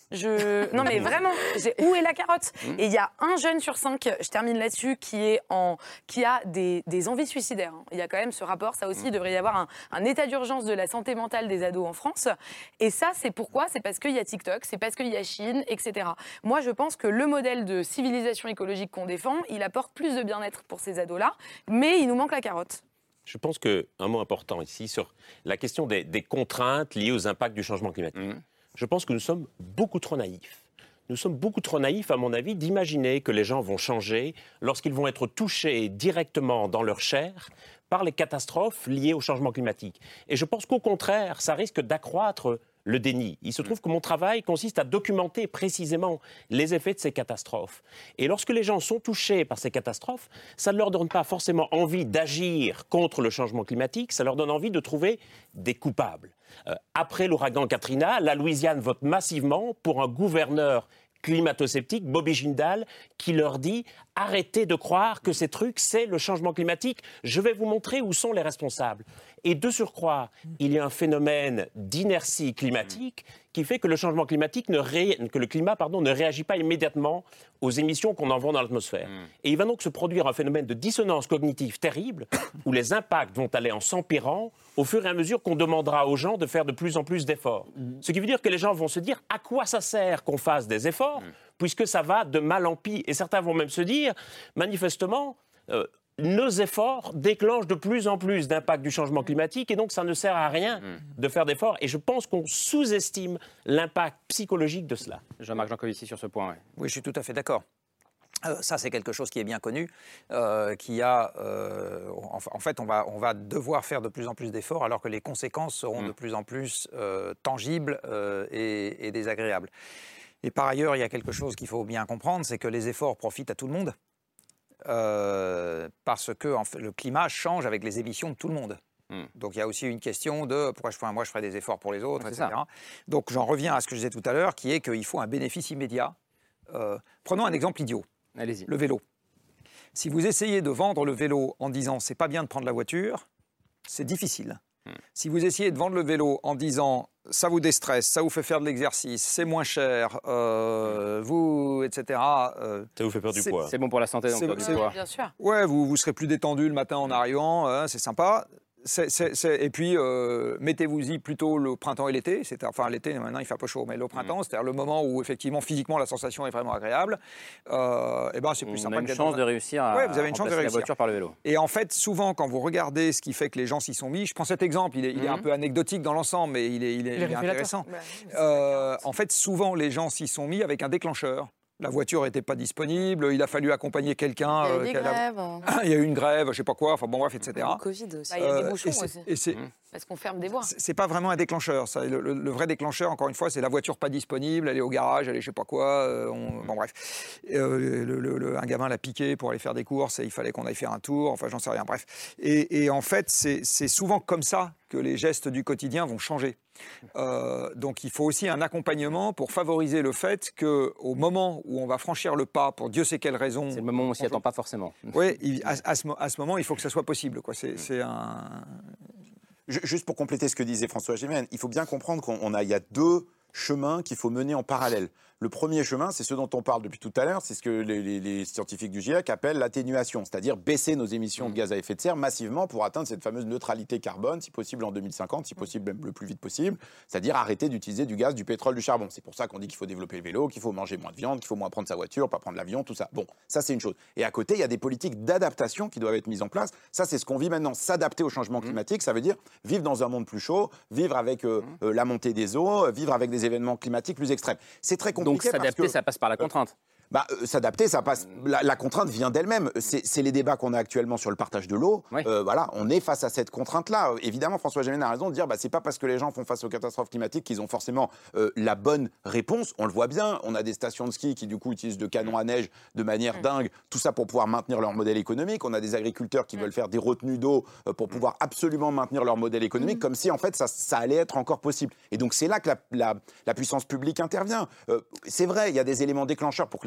Je... Non mais vraiment, j'ai... où est la carotte? Et il y a un jeune sur cinq, je termine là-dessus, qui, est en... qui a des, des envies suicidaires. Il y a quand même ce rapport, ça aussi, il devrait y avoir un, un état d'urgence de la santé mentale des ados en France. Et ça, c'est pourquoi? C'est parce qu'il y a TikTok, c'est parce qu'il y a Chine, et cetera. Moi, je pense que le modèle de civilisation écologique qu'on défend, il apporte plus de bien-être pour ces ados-là, mais il nous manque la carotte. Je pense qu'un mot important ici sur la question des, des contraintes liées aux impacts du changement climatique. Mmh. Je pense que nous sommes beaucoup trop naïfs. Nous sommes beaucoup trop naïfs, à mon avis, d'imaginer que les gens vont changer lorsqu'ils vont être touchés directement dans leur chair par les catastrophes liées au changement climatique. Et je pense qu'au contraire, ça risque d'accroître le déni. Il se trouve que mon travail consiste à documenter précisément les effets de ces catastrophes. Et lorsque les gens sont touchés par ces catastrophes, ça ne leur donne pas forcément envie d'agir contre le changement climatique, ça leur donne envie de trouver des coupables. Euh, après l'ouragan Katrina, la Louisiane vote massivement pour un gouverneur climato-sceptique, Bobby Jindal, qui leur dit « Arrêtez de croire que ces trucs, c'est le changement climatique. Je vais vous montrer où sont les responsables. » Et de surcroît, il y a un phénomène d'inertie climatique qui fait que le changement climatique, ne ré... que le climat pardon, ne réagit pas immédiatement aux émissions qu'on envoie dans l'atmosphère. Mmh. Et il va donc se produire un phénomène de dissonance cognitive terrible où les impacts vont aller en s'empirant au fur et à mesure qu'on demandera aux gens de faire de plus en plus d'efforts. Mmh. Ce qui veut dire que les gens vont se dire à quoi ça sert qu'on fasse des efforts, mmh. puisque ça va de mal en pis. Et certains vont même se dire, manifestement, euh, nos efforts déclenchent de plus en plus d'impact du changement climatique et donc ça ne sert à rien mmh. de faire d'efforts. Et je pense qu'on sous-estime l'impact psychologique de cela. Jean-Marc Jancovici sur ce point. Ouais. Oui, je suis tout à fait d'accord. Euh, ça, c'est quelque chose qui est bien connu, euh, qui a, euh, en, en fait, on va, on va devoir faire de plus en plus d'efforts alors que les conséquences seront mmh. de plus en plus euh, tangibles euh, et, et désagréables. Et par ailleurs, il y a quelque chose qu'il faut bien comprendre, c'est que les efforts profitent à tout le monde. Euh, parce que en fait, le climat change avec les émissions de tout le monde. Mm. Donc il y a aussi une question de pourquoi je, moi je ferai des efforts pour les autres, ouais, et cetera. Ça. Donc j'en reviens à ce que je disais tout à l'heure, qui est qu'il faut un bénéfice immédiat. Euh, prenons un exemple idiot. Allez-y. Le vélo. Si vous essayez de vendre le vélo en disant c'est pas bien de prendre la voiture, c'est difficile. Mm. Si vous essayez de vendre le vélo en disant ça vous déstresse, ça vous fait faire de l'exercice, c'est moins cher, euh, vous, et cetera. Euh, ça vous fait perdre du poids. C'est bon pour la santé, donc perdre du poids. Bien sûr. Ouais, vous, vous serez plus détendu le matin en arrivant, hein, c'est sympa. C'est, c'est, c'est, et puis, euh, mettez-vous-y plutôt le printemps et l'été. C'est, enfin, l'été, maintenant, il fait un peu chaud, mais le printemps, mmh. c'est-à-dire le moment où, effectivement, physiquement, la sensation est vraiment agréable. Euh, et ben, c'est plus on sympa. a une chance de réussir à ouais, vous avez une chance de réussir. la voiture par le vélo. Et en fait, souvent, quand vous regardez ce qui fait que les gens s'y sont mis, je prends cet exemple, il est, il est mmh. un peu anecdotique dans l'ensemble, mais il est, il est, il est intéressant. Bah, euh, en fait, souvent, les gens s'y sont mis avec un déclencheur. La voiture n'était pas disponible, il a fallu accompagner quelqu'un. Il y a eu des grèves. A... Il y a eu une grève, je ne sais pas quoi, enfin bon bref, et cetera. Le Covid aussi. Bah, il y a des bouchons euh, aussi. Et c'est... Parce qu'on ferme des voies. C'est pas vraiment un déclencheur. Ça. Le, le, le vrai déclencheur, encore une fois, c'est la voiture pas disponible, elle est au garage, elle est je sais pas quoi. Euh, on... Bon bref. Euh, le, le, le, un gamin l'a piqué pour aller faire des courses et il fallait qu'on aille faire un tour, enfin j'en sais rien, bref. Et, et en fait, c'est, c'est souvent comme ça que les gestes du quotidien vont changer. Euh, donc il faut aussi un accompagnement pour favoriser le fait qu'au moment où on va franchir le pas, pour Dieu sait quelle raison... C'est le moment où on s'y attend pas forcément. Oui, à, à, ce, à ce moment, il faut que ça soit possible. Quoi. C'est, c'est un... Juste pour compléter ce que disait François Gémen, il faut bien comprendre qu'il a, y a deux chemins qu'il faut mener en parallèle. Le premier chemin, c'est ce dont on parle depuis tout à l'heure, c'est ce que les, les, les scientifiques du GIEC appellent l'atténuation, c'est-à-dire baisser nos émissions mmh. de gaz à effet de serre massivement pour atteindre cette fameuse neutralité carbone, si possible en deux mille cinquante, si possible même le plus vite possible, c'est-à-dire arrêter d'utiliser du gaz, du pétrole, du charbon. C'est pour ça qu'on dit qu'il faut développer le vélo, qu'il faut manger moins de viande, qu'il faut moins prendre sa voiture, pas prendre l'avion, tout ça. Bon, ça c'est une chose. Et à côté, il y a des politiques d'adaptation qui doivent être mises en place. Ça, c'est ce qu'on vit maintenant, s'adapter au changement climatique, ça veut dire vivre dans un monde plus chaud, vivre avec euh, euh, la montée des eaux, vivre avec des événements climatiques plus extrêmes. C'est très compliqué. Donc s'adapter, parce que... ça passe par la contrainte. Bah, euh, s'adapter, ça passe. La, la contrainte vient d'elle-même. C'est, c'est les débats qu'on a actuellement sur le partage de l'eau. Oui. Euh, voilà, on est face à cette contrainte-là. Évidemment, François Gémen a raison de dire, bah, c'est pas parce que les gens font face aux catastrophes climatiques qu'ils ont forcément euh, la bonne réponse. On le voit bien. On a des stations de ski qui du coup utilisent de canons à neige de manière mmh. dingue. Tout ça pour pouvoir maintenir leur modèle économique. On a des agriculteurs qui mmh. veulent faire des retenues d'eau euh, pour pouvoir absolument maintenir leur modèle économique, mmh. comme si en fait ça, ça allait être encore possible. Et donc c'est là que la, la, la puissance publique intervient. Euh, c'est vrai, il y a des éléments déclencheurs pour que les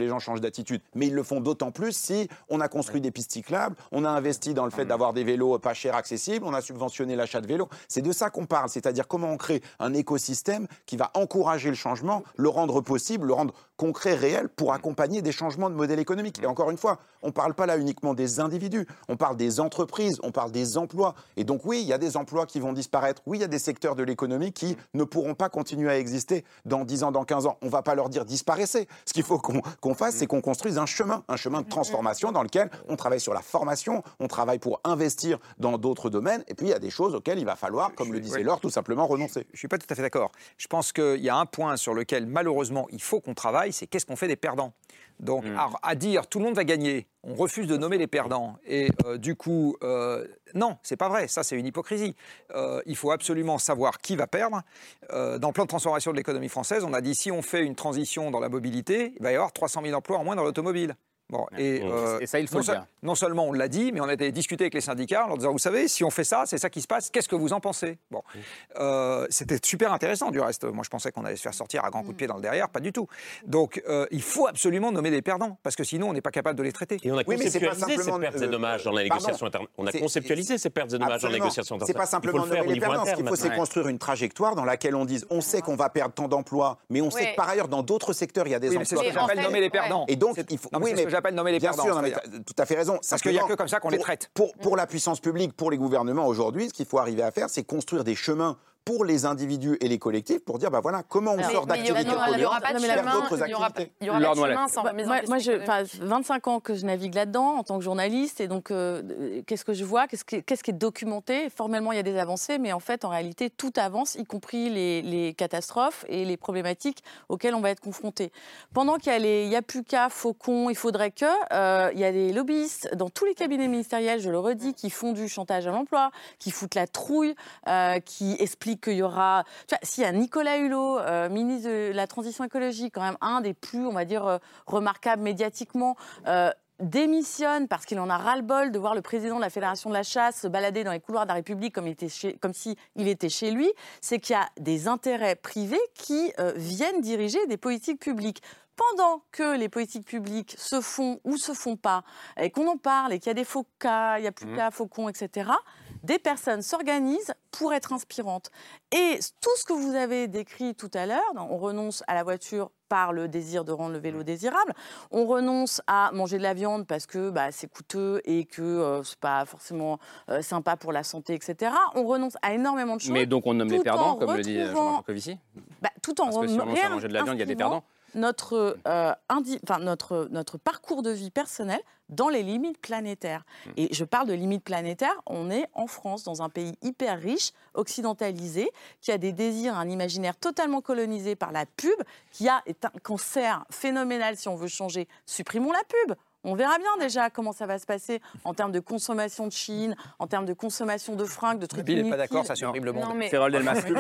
gens changent d'attitude. Mais ils le font d'autant plus si on a construit des pistes cyclables, on a investi dans le fait d'avoir des vélos pas chers, accessibles, on a subventionné l'achat de vélos. C'est de ça qu'on parle, c'est-à-dire comment on crée un écosystème qui va encourager le changement, le rendre possible, le rendre concret, réel, pour accompagner des changements de modèle économique. Et encore une fois, on ne parle pas là uniquement des individus, on parle des entreprises, on parle des emplois. Et donc oui, il y a des emplois qui vont disparaître, oui, il y a des secteurs de l'économie qui ne pourront pas continuer à exister dans dix ans, dans quinze ans. On ne va pas leur dire disparaissez. Ce qu'il faut qu'on qu'on fasse, c'est qu'on construise un chemin, un chemin de transformation dans lequel on travaille sur la formation, on travaille pour investir dans d'autres domaines, et puis il y a des choses auxquelles il va falloir, comme le disait oui. Laure, tout simplement renoncer. Je ne suis pas tout à fait d'accord. Je pense qu'il y a un point sur lequel, malheureusement, il faut qu'on travaille, c'est qu'est-ce qu'on fait des perdants. Donc, mmh. à, à dire tout le monde va gagner, on refuse de nommer les perdants. Et euh, du coup, euh, non, c'est pas vrai. Ça, c'est une hypocrisie. Euh, il faut absolument savoir qui va perdre. Euh, dans le plan de transformation de l'économie française, on a dit si on fait une transition dans la mobilité, il va y avoir trois cent mille emplois en moins dans l'automobile. Bon, et, euh, et ça, il faut non, le dire. Non seulement on l'a dit, mais on a été discuter avec les syndicats en leur disant, vous savez, si on fait ça, c'est ça qui se passe, qu'est-ce que vous en pensez? Bon, euh, c'était super intéressant du reste. Moi, je pensais qu'on allait se faire sortir à grands coups de pied dans le derrière, pas du tout. Donc, euh, il faut absolument nommer des perdants, parce que sinon, on n'est pas capable de les traiter. Et on a oui, conceptualisé ces pertes et dommages dans la négociation interne. On a conceptualisé ces pertes et dommages dans la négociation interne. C'est pas simplement nommer les perdants. Ce qu'il faut, c'est construire une trajectoire dans laquelle on dise, on sait qu'on va perdre tant d'emplois, mais on sait que par ailleurs, dans d'autres secteurs, il y a des emplois. C'est ce que j'appelle nommer les perdants. Et donc, il faut. Oui, mais ce que j'appelle nommer les perdants. Non, mais tout à fait raison. Parce qu'il n'y a que comme ça qu'on les traite. Pour, pour la puissance publique, pour les gouvernements aujourd'hui, ce qu'il faut arriver à faire, c'est construire des chemins pour les individus et les collectifs pour dire, bah voilà, comment on Alors, sort d'activités polluantes vers d'autres activités. Il y aura pas de chemin sans remise en question. Moi, je, vingt-cinq ans que je navigue là-dedans en tant que journaliste, et donc euh, qu'est-ce que je vois, qu'est-ce qui, qu'est-ce qui est documenté? Formellement, il y a des avancées, mais en fait, en réalité, tout avance, y compris les, les catastrophes et les problématiques auxquelles on va être confronté. Pendant qu'il y a les Yapuka, Faucon, il faudrait que, euh, il y a des lobbyistes dans tous les cabinets ministériels, je le redis, qui font du chantage à l'emploi, qui foutent la trouille, euh, qui expliquent qu'il y aura... Tu vois, s'il y a Nicolas Hulot, euh, ministre de la Transition écologique, quand même un des plus, on va dire, euh, remarquables médiatiquement, euh, démissionne parce qu'il en a ras-le-bol de voir le président de la Fédération de la chasse se balader dans les couloirs de la République comme, il était chez, comme si il était chez lui, c'est qu'il y a des intérêts privés qui euh, viennent diriger des politiques publiques. Pendant que les politiques publiques se font ou se font pas, et qu'on en parle, et qu'il y a des faux cas, il y a plus de cas, faucons, et cetera, des personnes s'organisent pour être inspirantes. Et tout ce que vous avez décrit tout à l'heure, on renonce à la voiture par le désir de rendre le vélo désirable, on renonce à manger de la viande parce que bah, c'est coûteux et que euh, c'est pas forcément euh, sympa pour la santé, et cetera. On renonce à énormément de choses. Mais donc on nomme les perdants, comme le dit Jean-Marc Jancovici. Bah, tout en Parce que si on renonce à manger de la viande, il y a des perdants. Notre, euh, indi... enfin, notre, notre parcours de vie personnel dans les limites planétaires. Mmh. Et je parle de limites planétaires, on est en France, dans un pays hyper riche, occidentalisé, qui a des désirs, un imaginaire totalement colonisé par la pub, qui a est un cancer phénoménal si on veut changer. Supprimons la pub. On verra bien déjà comment ça va se passer en termes de consommation de Chine, en termes de consommation de fringues, de trucs. Bill n'est pas d'accord, ça supprime le monde. Mais... Férol Delmas. Non,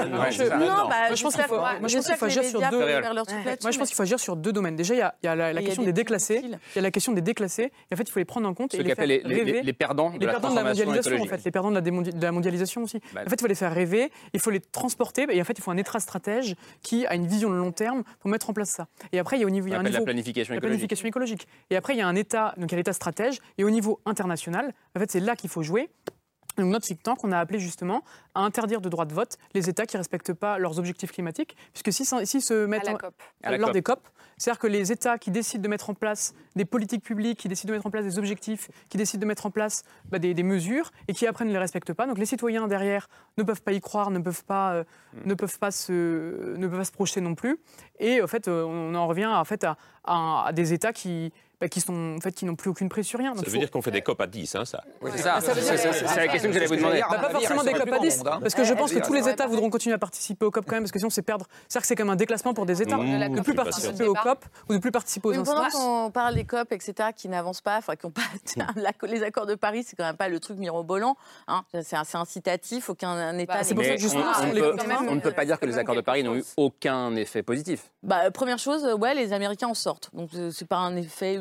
bah, je pense qu'il faut, moi, je pense qu'il faut agir sur deux. Moi, je pense qu'il faut agir sur deux domaines. Déjà, il y a, il y a la, la question des déclassés. Il y a la question des déclassés. Et en fait, il faut les prendre en compte. Ce et les faire les, rêver. Les, les perdants de les la perdants de la mondialisation, en fait, les perdants de la, de la mondialisation aussi. Bah, en fait, il faut les faire rêver. Il faut les transporter. Et en fait, il faut un État stratège qui a une vision de long terme pour mettre en place ça. Et après, il y a au niveau, il y a un niveau la planification écologique. Et après, il y a un État, donc il y a l'État stratège. Et au niveau international, en fait, c'est là qu'il faut jouer. Donc notre think tank, on a appelé justement à interdire de droit de vote les États qui ne respectent pas leurs objectifs climatiques, puisque s'ils si, si se mettent en, lors COP. des COP, c'est-à-dire que les États qui décident de mettre en place des politiques publiques, qui décident de mettre en place des objectifs, qui décident de mettre en place bah, des, des mesures, et qui après ne les respectent pas. Donc les citoyens derrière ne peuvent pas y croire, ne peuvent pas, euh, mmh. ne peuvent pas, se, ne peuvent pas se projeter non plus. Et en fait, on en revient en fait, à, à, à des États qui... Bah, qui, sont, en fait, qui n'ont plus aucune prix sur rien. Donc ça veut faut... dire qu'on fait des COP à dix, hein, ça Oui, c'est ça. ça, ça, ça c'est la question que j'allais vous demander. Bah, pas forcément des COP à dix, parce que je pense que tous les États voudront continuer à participer aux COP quand même, parce que sinon c'est perdre. C'est-à-dire que c'est comme un déclassement pour des États mmh, de ne plus participer aux COP ou de ne plus participer aux instances. Pendant qu'on parle des COP, et cetera, qui n'avancent pas, enfin qui n'ont pas les accords de Paris, c'est quand même pas le truc mirobolant. Hein, c'est assez incitatif, aucun État. Bah, c'est pour ça que justement, on, on, peut, on ne peut pas dire que les accords de Paris n'ont eu aucun effet positif. Bah, première chose, ouais, les Américains en sortent. Donc c'est pas un effet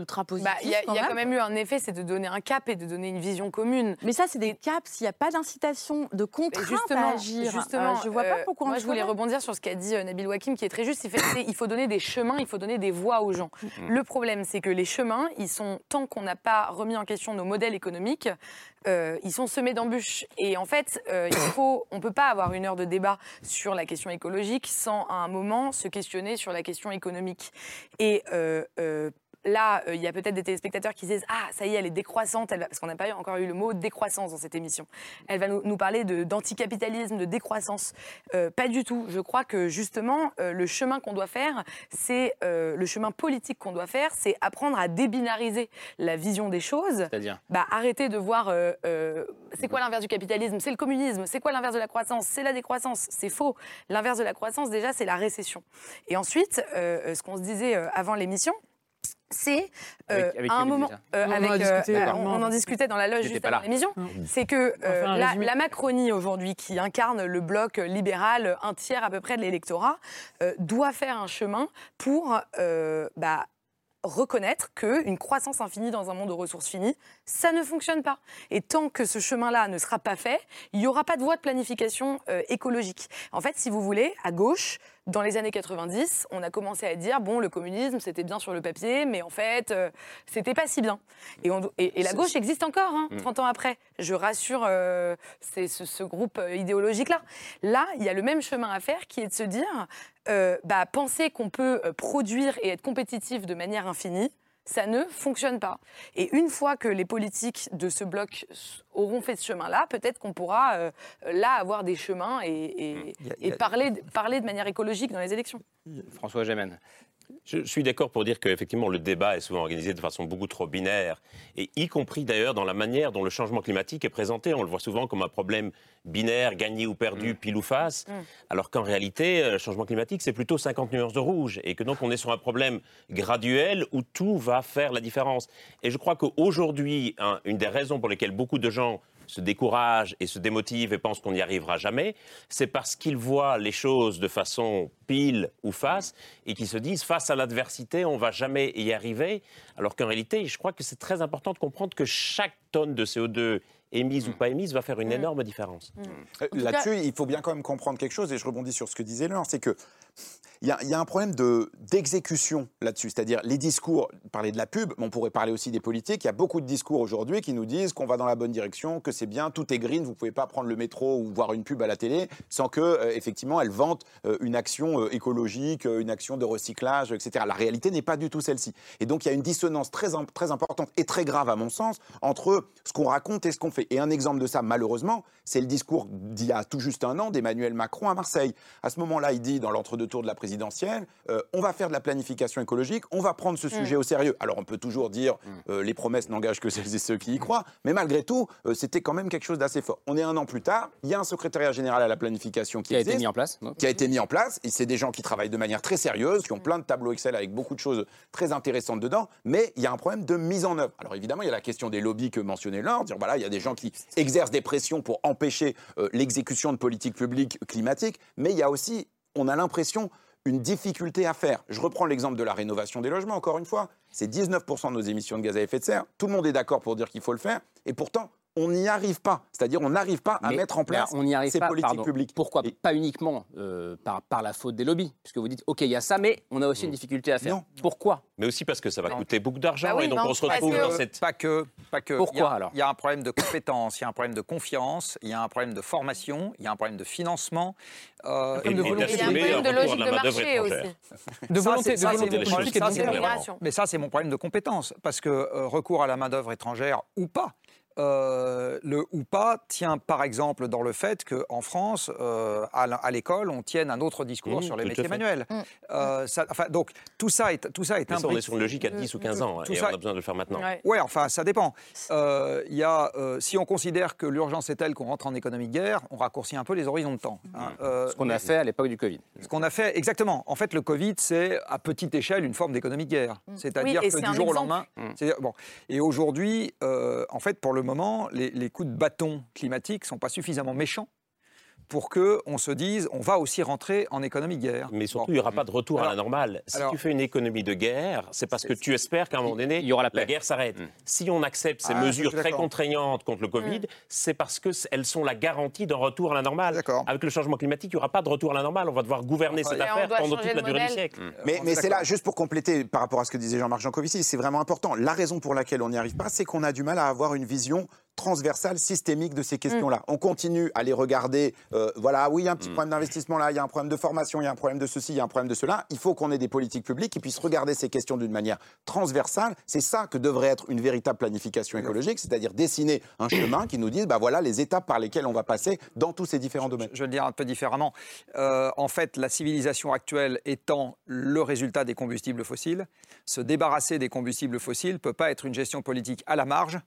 ultra positif. Il bah, y, y a quand quand même eu un effet, c'est de donner un cap et de donner une vision commune. Mais ça, c'est des caps, s'il n'y a pas d'incitation, de contrainte à agir. Justement, euh, je ne vois pas pourquoi moi, on je voulais rebondir sur ce qu'a dit euh, Nabil Wakim, qui est très juste. Il, fait, il faut donner des chemins, il faut donner des voies aux gens. Mm-hmm. Le problème, c'est que les chemins, ils sont, tant qu'on n'a pas remis en question nos modèles économiques, euh, ils sont semés d'embûches. Et en fait, euh, il faut, on ne peut pas avoir une heure de débat sur la question écologique sans, à un moment, se questionner sur la question économique. Et euh, euh, là, il euh, y a peut-être des téléspectateurs qui disent « Ah, ça y est, elle est décroissante », elle va... parce qu'on n'a pas encore eu le mot décroissance dans cette émission. Elle va nous, nous parler de, d'anticapitalisme, de décroissance. Euh, pas du tout. Je crois que, justement, euh, le chemin qu'on doit faire, c'est euh, le chemin politique qu'on doit faire, c'est apprendre à débinariser la vision des choses. C'est-à-dire bah, arrêter de voir... Euh, euh, c'est quoi l'inverse du capitalisme? C'est le communisme. C'est quoi l'inverse de la croissance? C'est la décroissance. C'est faux. L'inverse de la croissance, déjà, c'est la récession. Et ensuite, euh, ce qu'on se disait euh, avant l'émission, c'est euh, avec, avec à un moment, euh, on, avec, en euh, discuté, euh, on, on en discutait dans la loge juste avant l'émission, c'est que euh, la, la Macronie aujourd'hui, qui incarne le bloc libéral, un tiers à peu près de l'électorat, euh, doit faire un chemin pour euh, bah, reconnaître qu'une croissance infinie dans un monde aux ressources finies, ça ne fonctionne pas. Et tant que ce chemin-là ne sera pas fait, il n'y aura pas de voie de planification euh, écologique. En fait, si vous voulez, à gauche, dans les années quatre-vingt-dix, on a commencé à dire, bon, le communisme, c'était bien sur le papier, mais en fait, euh, c'était pas si bien. Et, on, et, et la gauche existe encore, hein, trente ans après. Je rassure euh, c'est ce, ce groupe idéologique-là. Là, il y a le même chemin à faire, qui est de se dire, euh, bah, penser qu'on peut produire et être compétitif de manière infinie, ça ne fonctionne pas. Et une fois que les politiques de ce bloc auront fait ce chemin-là, peut-être qu'on pourra, euh, là, avoir des chemins et, et, y a, y a... et parler, parler de manière écologique dans les élections. François Gémen. Je suis d'accord pour dire qu'effectivement, le débat est souvent organisé de façon beaucoup trop binaire, et y compris d'ailleurs dans la manière dont le changement climatique est présenté. On le voit souvent comme un problème binaire, gagné ou perdu, mmh. pile ou face, mmh. alors qu'en réalité, le changement climatique, c'est plutôt cinquante nuances de rouge, et que donc on est sur un problème graduel où tout va faire la différence. Et je crois qu'aujourd'hui, hein, une des raisons pour lesquelles beaucoup de gens se découragent et se démotivent et pensent qu'on n'y arrivera jamais, c'est parce qu'ils voient les choses de façon pile ou face et qu'ils se disent face à l'adversité, on ne va jamais y arriver. Alors qu'en réalité, je crois que c'est très important de comprendre que chaque tonne de C O deux émise mmh. ou pas émise va faire une mmh. énorme différence. Mmh. Là-dessus, il faut bien quand même comprendre quelque chose, et je rebondis sur ce que disait Laure, c'est que il y, y a un problème de, d'exécution là-dessus, c'est-à-dire les discours, parler de la pub, mais on pourrait parler aussi des politiques, il y a beaucoup de discours aujourd'hui qui nous disent qu'on va dans la bonne direction, que c'est bien, tout est green, vous ne pouvez pas prendre le métro ou voir une pub à la télé sans que, euh, effectivement, elle vante euh, une action euh, écologique, euh, une action de recyclage, et cetera. La réalité n'est pas du tout celle-ci. Et donc, il y a une dissonance très, très importante et très grave, à mon sens, entre ce qu'on raconte et ce qu'on fait. Et un exemple de ça, malheureusement, c'est le discours d'il y a tout juste un an d'Emmanuel Macron à Marseille. À ce moment-là, il dit, dans l'entre-deux-tours de la présidentielle, euh, on va faire de la planification écologique, on va prendre ce mmh. sujet au sérieux. Alors, on peut toujours dire, euh, les promesses n'engagent que celles et ceux qui y croient, mais malgré tout, euh, c'était quand même quelque chose d'assez fort. On est un an plus tard, il y a un secrétariat général à la planification qui, qui a existe, été mis en place. Qui a été mis en place, et c'est des gens qui travaillent de manière très sérieuse, qui ont plein de tableaux Excel avec beaucoup de choses très intéressantes dedans, mais il y a un problème de mise en œuvre. Alors évidemment, il y a la question des lobbies que mentionnait Laure, dire voilà, il y a des gens qui exercent des pressions pour empêcher euh, l'exécution de politiques publiques climatiques, mais il y a aussi, on a l'impression, une difficulté à faire. Je reprends l'exemple de la rénovation des logements, encore une fois, c'est dix-neuf pour cent de nos émissions de gaz à effet de serre, tout le monde est d'accord pour dire qu'il faut le faire, et pourtant, on n'y arrive pas. C'est-à-dire, on n'arrive pas à mais, mettre en place on n'y arrive ces pas, politiques pardon. publiques. Pourquoi et... Pas uniquement euh, par, par la faute des lobbies, puisque vous dites, OK, il y a ça, mais on a aussi mmh. une difficulté à faire. Non. Pourquoi? Mais aussi parce que ça va non. coûter beaucoup d'argent, bah oui, et donc non, on se retrouve que... dans cette... Pas que, pas que. Pourquoi il y a, alors? Il y a un problème de compétence, il y a un problème de confiance, il y a un problème de formation, il y a un problème de financement. Euh, et, et de volonté. Il y a un problème de logique de, de marché aussi. De volonté, ça, de volonté politique et de migration. Mais ça, c'est mon problème de compétence, parce que euh, recours à la main-d'œuvre étrangère ou pas, Euh, le ou pas tient par exemple dans le fait qu'en France, euh, à l'école, on tienne un autre discours mmh, sur les métiers manuels. Mmh. Euh, ça, enfin, donc tout ça est, tout ça est imbriqué. On est sur une logique à dix ou quinze ans, tout et ça, on a besoin de le faire maintenant. Oui, ouais, enfin, ça dépend. Euh, y a, euh, si on considère que l'urgence est telle qu'on rentre en économie de guerre, on raccourcit un peu les horizons de temps. Hein. Euh, ce qu'on a fait à l'époque du Covid. Ce qu'on a fait, exactement. En fait, le Covid, c'est à petite échelle une forme d'économie de guerre. Mmh. C'est-à-dire oui, que du jour au lendemain... Mmh. Bon. Et aujourd'hui, euh, en fait, pour le moment, les, les coups de bâton climatiques ne sont pas suffisamment méchants pour qu'on se dise on va aussi rentrer en économie de guerre. Mais surtout, Bon. il n'y aura pas de retour Alors, à la normale. Si alors, tu fais une économie de guerre, c'est parce que tu espères qu'à un moment donné, il y aura la paix. guerre s'arrête. Mm. Si on accepte ces Ah, mesures je suis très d'accord. contraignantes contre le Covid, mm. c'est parce qu'elles sont la garantie d'un retour à la normale. D'accord. Avec le changement climatique, il n'y aura pas de retour à la normale. On va devoir gouverner cette Et on affaire doit pendant changer toute la le durée du modèle. siècle. Euh, Mais, mais c'est là, juste pour compléter par rapport à ce que disait Jean-Marc Jancovici, c'est vraiment important. La raison pour laquelle on n'y arrive pas, c'est qu'on a du mal à avoir une vision transversale, systémique de ces questions-là. Mm. On continue à les regarder, euh, voilà, oui, il y a un petit mm. problème d'investissement là, il y a un problème de formation, il y a un problème de ceci, il y a un problème de cela. Il faut qu'on ait des politiques publiques qui puissent regarder ces questions d'une manière transversale. C'est ça que devrait être une véritable planification écologique, c'est-à-dire dessiner un chemin qui nous dise, bah voilà, les étapes par lesquelles on va passer dans tous ces différents domaines. Je, je vais le dire un peu différemment. Euh, en fait, la civilisation actuelle étant le résultat des combustibles fossiles, se débarrasser des combustibles fossiles ne peut pas être une gestion politique à la marge.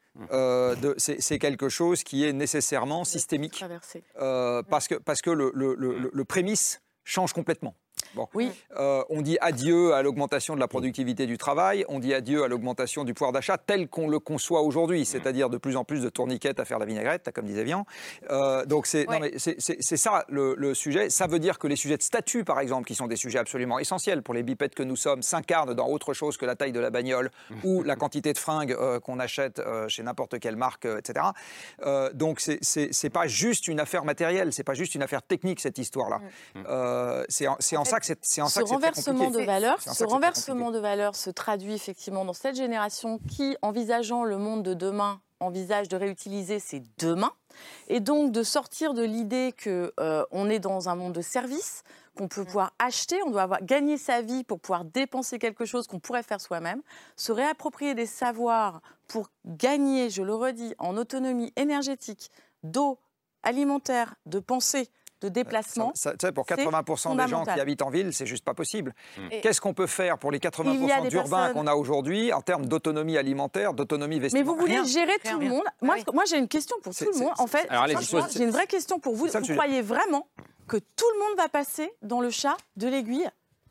Euh, de, c'est, c'est quelque chose qui est nécessairement systémique euh, parce que, parce que le, le, le, le prémisse change complètement. Bon. Oui. Euh, on dit adieu à l'augmentation de la productivité du travail, on dit adieu à l'augmentation du pouvoir d'achat tel qu'on le conçoit aujourd'hui, c'est-à-dire de plus en plus de tourniquettes à faire la vinaigrette, comme disait Vian. Euh, donc c'est, ouais. non mais c'est, c'est, c'est ça le, le sujet. Ça veut dire que les sujets de statut, par exemple, qui sont des sujets absolument essentiels pour les bipèdes que nous sommes, s'incarnent dans autre chose que la taille de la bagnole ou la quantité de fringues euh, qu'on achète euh, chez n'importe quelle marque, euh, et cetera. Euh, donc c'est, c'est, c'est pas juste une affaire matérielle, c'est pas juste une affaire technique cette histoire-là. Euh, c'est en, c'est en, en fait, ça que c'est, c'est en ça ce que c'est renversement de valeurs, ce renversement de valeurs se traduit effectivement dans cette génération qui, envisageant le monde de demain, envisage de réutiliser ses deux mains, et donc de sortir de l'idée que euh, on est dans un monde de services, qu'on peut pouvoir acheter, on doit avoir gagné sa vie pour pouvoir dépenser quelque chose qu'on pourrait faire soi-même, se réapproprier des savoirs pour gagner, je le redis, en autonomie énergétique, d'eau, alimentaire, de pensée, de déplacement. Ça, ça, pour quatre-vingts pour cent des gens qui habitent en ville, c'est juste pas possible. Et Qu'est-ce qu'on peut faire pour les quatre-vingts pour cent d'urbains personnes... qu'on a aujourd'hui en termes d'autonomie alimentaire, d'autonomie vestimentaire? Mais vous voulez rien. gérer rien, tout rien. le monde. Moi, oui. moi j'ai une question pour c'est, tout le monde. En fait, Alors, allez, j'ai une vraie question pour vous. Vous croyez vraiment que tout le monde va passer dans le chat de l'aiguille?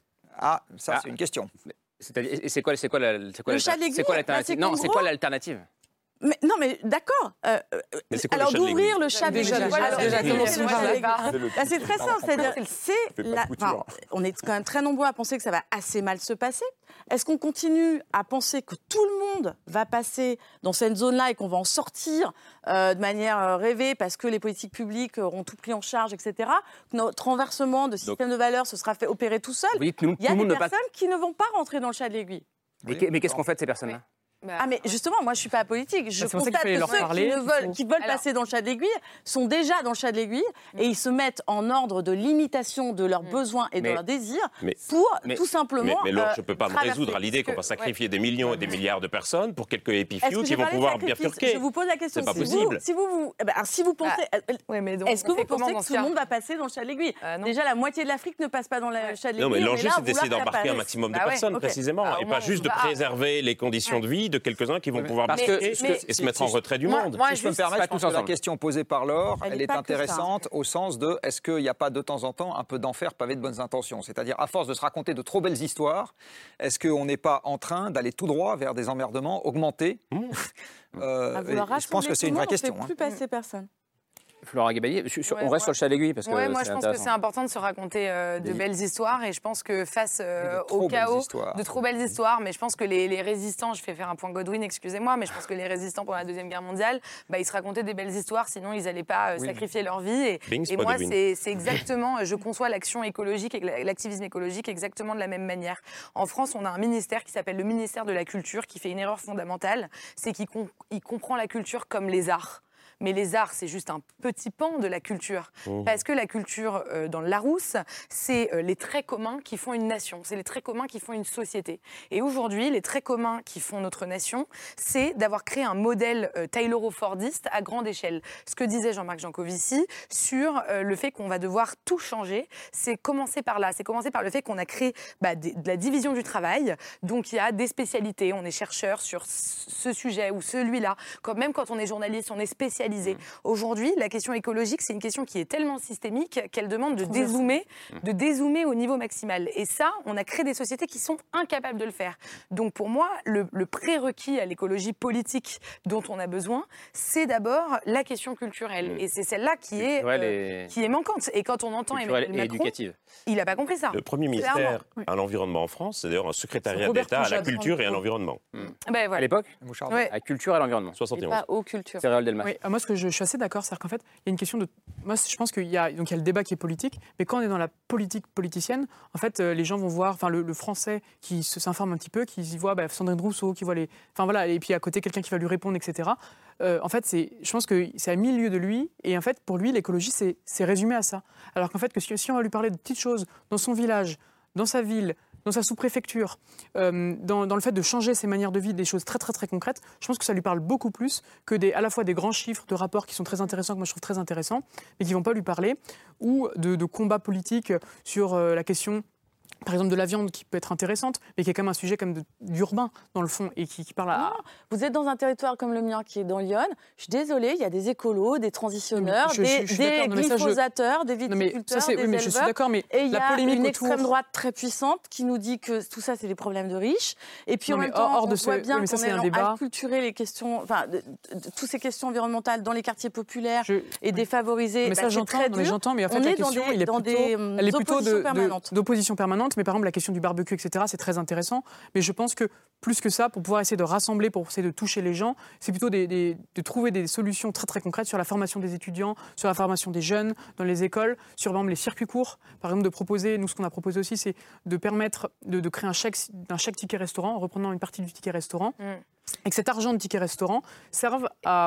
Ah, ça, ah. c'est une question. C'est-à-dire, et c'est quoi, c'est quoi, la, c'est quoi, le chat de l'aiguille, c'est quoi l'alternative? bah, Non, c'est quoi l'alternative? Mais, non, mais d'accord. Euh, alors d'ouvrir le chat de l'aiguille. C'est très simple. C'est-à-dire, c'est la, enfin, on est quand même très nombreux à penser que ça va assez mal se passer. Est-ce qu'on continue à penser que tout le monde va passer dans cette zone-là et qu'on va en sortir euh, de manière euh, rêvée parce que les politiques publiques auront tout pris en charge, et cetera. Notre renversement de système Donc, de valeurs se sera fait opérer tout seul. Il y a des personnes pas... qui ne vont pas rentrer dans le chat de l'aiguille. Mais, oui, mais qu'est-ce qu'on fait de ces personnes-là? Bah, ah mais justement, moi je suis pas politique. Je bah, constate que, que ceux parler, qui, ne veulent, faut... qui veulent Alors... passer dans le chat de l'aiguille sont déjà dans le chat de l'aiguille mmh. et ils se mettent en ordre de limitation de leurs mmh. besoins et mais, de leurs désirs mais, pour mais, tout simplement. Mais, mais Laure, euh, je ne peux pas traverser. me résoudre à l'idée qu'on va sacrifier ouais. des millions et des milliards de personnes pour quelques épiphios qui vont pouvoir bifurquer. Je vous pose la question. C'est pas si possible. Vous, si vous, vous, eh ben, si vous pensez, ah. ouais, mais donc, est-ce que vous pensez que tout le monde va passer dans le chat de l'aiguille? Déjà, la moitié de l'Afrique ne passe pas dans le chat de l'aiguille. Non, mais l'enjeu c'est d'essayer d'embarquer un maximum de personnes précisément, et pas juste de préserver les conditions de vie de quelques-uns qui vont pouvoir bifurquer et se mettre en retrait du monde. Si je peux me permettre, je pense que la question posée par Laure, elle est intéressante au sens de est-ce qu'il n'y a pas de temps en temps un peu d'enfer pavé de bonnes intentions? C'est-à-dire, à force de se raconter de trop belles histoires, est-ce qu'on n'est pas en train d'aller tout droit vers des emmerdements augmentés? euh, Je pense que c'est une vraie question. On ne fait plus passer personne. Flora Guébalier, sur, ouais, on reste moi, sur le chat d'aiguille parce que ouais, moi je pense que intéressant. c'est important de se raconter euh, de Des... belles histoires et je pense que face euh, au chaos, de trop belles histoires, mais je pense que les, les résistants, je fais faire un point Godwin, excusez-moi, mais je pense que les résistants pendant la Deuxième Guerre mondiale, bah, ils se racontaient des belles histoires, sinon ils n'allaient pas euh, oui. sacrifier leur vie. Et, Bing, et moi, c'est, c'est exactement, je conçois l'action écologique et l'activisme écologique exactement de la même manière. En France, on a un ministère qui s'appelle le ministère de la Culture qui fait une erreur fondamentale, c'est qu'il com- il comprend la culture comme les arts. Mais les arts, c'est juste un petit pan de la culture. Mmh. Parce que la culture, euh, dans le Larousse, c'est euh, les traits communs qui font une nation. C'est les traits communs qui font une société. Et aujourd'hui, les traits communs qui font notre nation, c'est d'avoir créé un modèle euh, tayloro-fordiste à grande échelle. Ce que disait Jean-Marc Jancovici sur euh, le fait qu'on va devoir tout changer, c'est commencer par là. C'est commencer par le fait qu'on a créé bah, de, de la division du travail. Donc, il y a des spécialités. On est chercheur sur ce sujet ou celui-là. Quand, même quand on est journaliste, on est spécialiste focalisé. Aujourd'hui, la question écologique, c'est une question qui est tellement systémique qu'elle demande de dézoomer, de dézoomer au niveau maximal. Et ça, on a créé des sociétés qui sont incapables de le faire. Donc pour moi, le, le prérequis à l'écologie politique dont on a besoin, c'est d'abord la question culturelle. Et c'est celle-là qui est, euh, et... qui est manquante. Et quand on entend Emmanuel Macron, éducative. il n'a pas compris ça. Le Premier ministère oui. à l'environnement en France, c'est d'ailleurs un secrétariat d'État à la culture et à l'environnement. Mmh. Ben voilà. À l'époque, ouais. à la culture et à l'environnement. soixante et onze. Pas aux cultures. Céréales Delmas. Oui, moi, ce que je, je suis assez d'accord, c'est qu'en fait, il y a une question de. Moi, je pense qu'il y a donc il y a le débat qui est politique, mais quand on est dans la politique politicienne, en fait, euh, les gens vont voir, enfin, le, le Français qui se, s'informe un petit peu, qui y voit bah, Sandrine Rousseau, qui voit les, enfin voilà, et puis à côté quelqu'un qui va lui répondre, et cetera. Euh, en fait, c'est, je pense que c'est à mille lieues de lui, et en fait, pour lui, l'écologie, c'est, c'est résumé à ça. Alors qu'en fait, que si, si on va lui parler de petites choses dans son village, dans sa ville, dans sa sous-préfecture, euh, dans, dans le fait de changer ses manières de vie, des choses très très très concrètes, je pense que ça lui parle beaucoup plus que des, à la fois des grands chiffres de rapports qui sont très intéressants, que moi je trouve très intéressants, mais qui ne vont pas lui parler, ou de, de combats politiques sur euh, la question, par exemple, de la viande qui peut être intéressante, mais qui est quand même un sujet comme de, d'urbain, dans le fond, et qui, qui parle à... Non, vous êtes dans un territoire comme le mien, qui est dans Lyon. Je suis désolée, il y a des écolos, des transitionneurs, je, je, je, je des glyphosateurs, je... des viticulteurs, ça, des oui, éleveurs. Je mais et il y a une autour... extrême droite très puissante qui nous dit que tout ça, c'est des problèmes de riches. Et puis, non, en même temps, hors on de voit ce... bien oui, qu'on ça, est à culturer les questions, enfin, de, de, de, toutes ces questions environnementales dans les quartiers populaires je... et défavorisés. Mais ça, j'entends, j'entends, mais en fait, la question, elle est plutôt d'opposition permanente. Mais par exemple, la question du barbecue, et cetera, c'est très intéressant. Mais je pense que plus que ça, pour pouvoir essayer de rassembler, pour essayer de toucher les gens, c'est plutôt des, des, de trouver des solutions très très concrètes sur la formation des étudiants, sur la formation des jeunes dans les écoles, sur par exemple les circuits courts. Par exemple, de proposer, nous ce qu'on a proposé aussi, c'est de permettre de, de créer un chèque, un chèque ticket restaurant, en reprenant une partie du ticket restaurant. Mm. Et que cet argent de ticket restaurant serve à,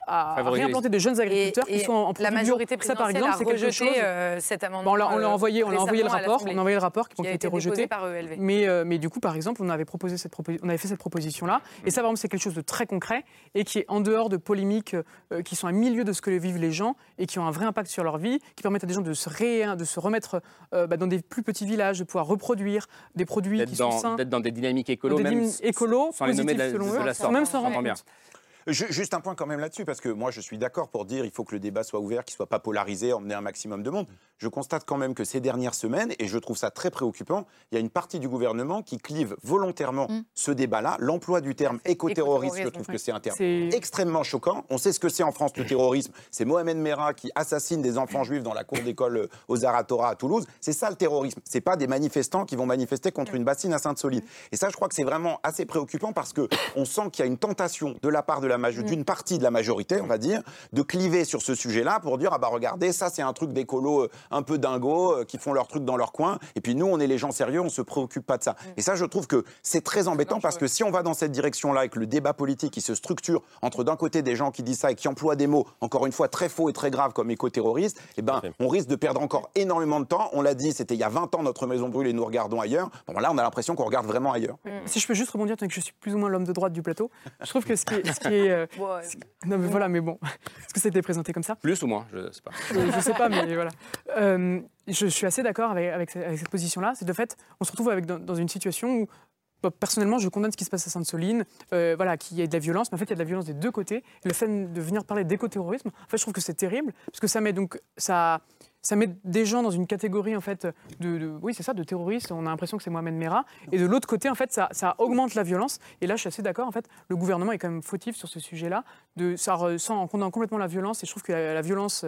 à réimplanter des jeunes agriculteurs et, et qui sont en produits la majorité bio. Ça, par exemple, c'est quelque chose. Euh, cet amendement. Bon, on l'a envoyé, on l'a envoyé le rapport, on a envoyé le rapport qui, qui a été rejeté. Par E L V. Mais, euh, mais du coup, par exemple, on avait proposé cette proposi- on avait fait cette proposition-là. Mmh. Et ça, par exemple, c'est quelque chose de très concret et qui est en dehors de polémiques euh, qui sont à milieu de ce que vivent les gens et qui ont un vrai impact sur leur vie, qui permettent à des gens de se, ré, de se remettre euh, bah, dans des plus petits villages, de pouvoir reproduire des produits d'être qui dans, sont sains, d'être dans des dynamiques écolo, des même écolo, sans les nommer de la, selon de eux, la sorte, même sans rendre bien. Juste un point quand même là-dessus, parce que moi je suis d'accord pour dire il faut que le débat soit ouvert, qu'il ne soit pas polarisé, emmener un maximum de monde. Je constate quand même que ces dernières semaines, et je trouve ça très préoccupant, il y a une partie du gouvernement qui clive volontairement mmh. ce débat-là. L'emploi du terme écoterrorisme, je trouve oui. que c'est un terme c'est... extrêmement choquant. On sait ce que c'est en France le terrorisme. C'est Mohamed Merah qui assassine des enfants juifs dans la cour d'école aux Aratora à Toulouse. C'est ça le terrorisme. C'est pas des manifestants qui vont manifester contre une bassine à Sainte-Soline. Et ça, je crois que c'est vraiment assez préoccupant parce que on sent qu'il y a une tentation de la part de la majorité, d'une partie de la majorité, on va dire, de cliver sur ce sujet-là pour dire ah bah regardez, ça c'est un truc d'écolo un peu dingo qui font leur truc dans leur coin. Et puis nous, on est les gens sérieux, on se préoccupe pas de ça. Et ça, je trouve que c'est très embêtant parce que si on va dans cette direction-là et que le débat politique il se structure entre d'un côté des gens qui disent ça et qui emploient des mots encore une fois très faux et très graves comme éco-terroristes, eh ben on risque de perdre encore énormément de temps. On l'a dit, c'était il y a vingt ans notre maison brûle et nous regardons ailleurs. Bon là, on a l'impression qu'on regarde vraiment ailleurs. Mmh. Si je peux juste rebondir, tant que je suis plus ou moins l'homme de droite du plateau, je trouve que ce qui est, ce qui est euh, ouais. ce... non mais voilà, mais bon, est-ce que c'était présenté comme ça? Plus ou moins, je sais pas. Je, je sais pas, mais voilà. Euh, je suis assez d'accord avec, avec, avec cette position-là. C'est de fait, on se retrouve avec, dans, dans une situation où bah, personnellement, je condamne ce qui se passe à Sainte-Soline, euh, voilà, qu'il y ait de la violence, mais en fait, il y a de la violence des deux côtés. Le fait de venir parler d'éco-terrorisme, en fait, je trouve que c'est terrible, parce que ça met donc ça. Ça met des gens dans une catégorie en fait de, de oui c'est ça de terroristes. On a l'impression que c'est Mohamed Merah. Et de l'autre côté en fait ça, ça augmente la violence. Et là je suis assez d'accord en fait. Le gouvernement est quand même fautif sur ce sujet-là. De ça ressent condamne complètement la violence. Et je trouve que la, la violence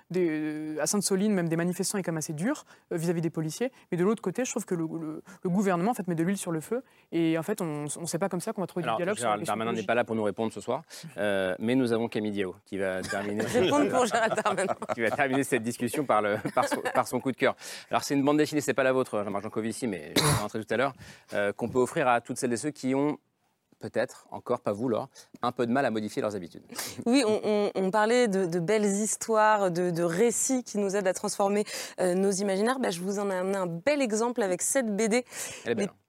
des, à Sainte-Soline même des manifestants est quand même assez dure euh, vis-à-vis des policiers. Mais de l'autre côté je trouve que le, le, le gouvernement en fait met de l'huile sur le feu. Et en fait on ne sait pas comme ça qu'on va trouver Alors, du dialogue. Gérald Darmanin n'est pas là pour nous répondre ce soir. Euh, mais nous avons Camille Diao qui va terminer. Répondre pour Gérald Darmanin. Qui va terminer cette discussion par le par son, par son coup de cœur. Alors c'est une bande dessinée, c'est pas la vôtre, Jean-Marc Jancovici, mais je vais rentrer tout à l'heure, euh, qu'on peut offrir à toutes celles et ceux qui ont peut-être, encore pas vous, Laure, un peu de mal à modifier leurs habitudes. Oui, on, on, on parlait de, de belles histoires, de, de récits qui nous aident à transformer euh, nos imaginaires. Bah, je vous en ai amené un bel exemple avec cette B D. Elle est belle. Mais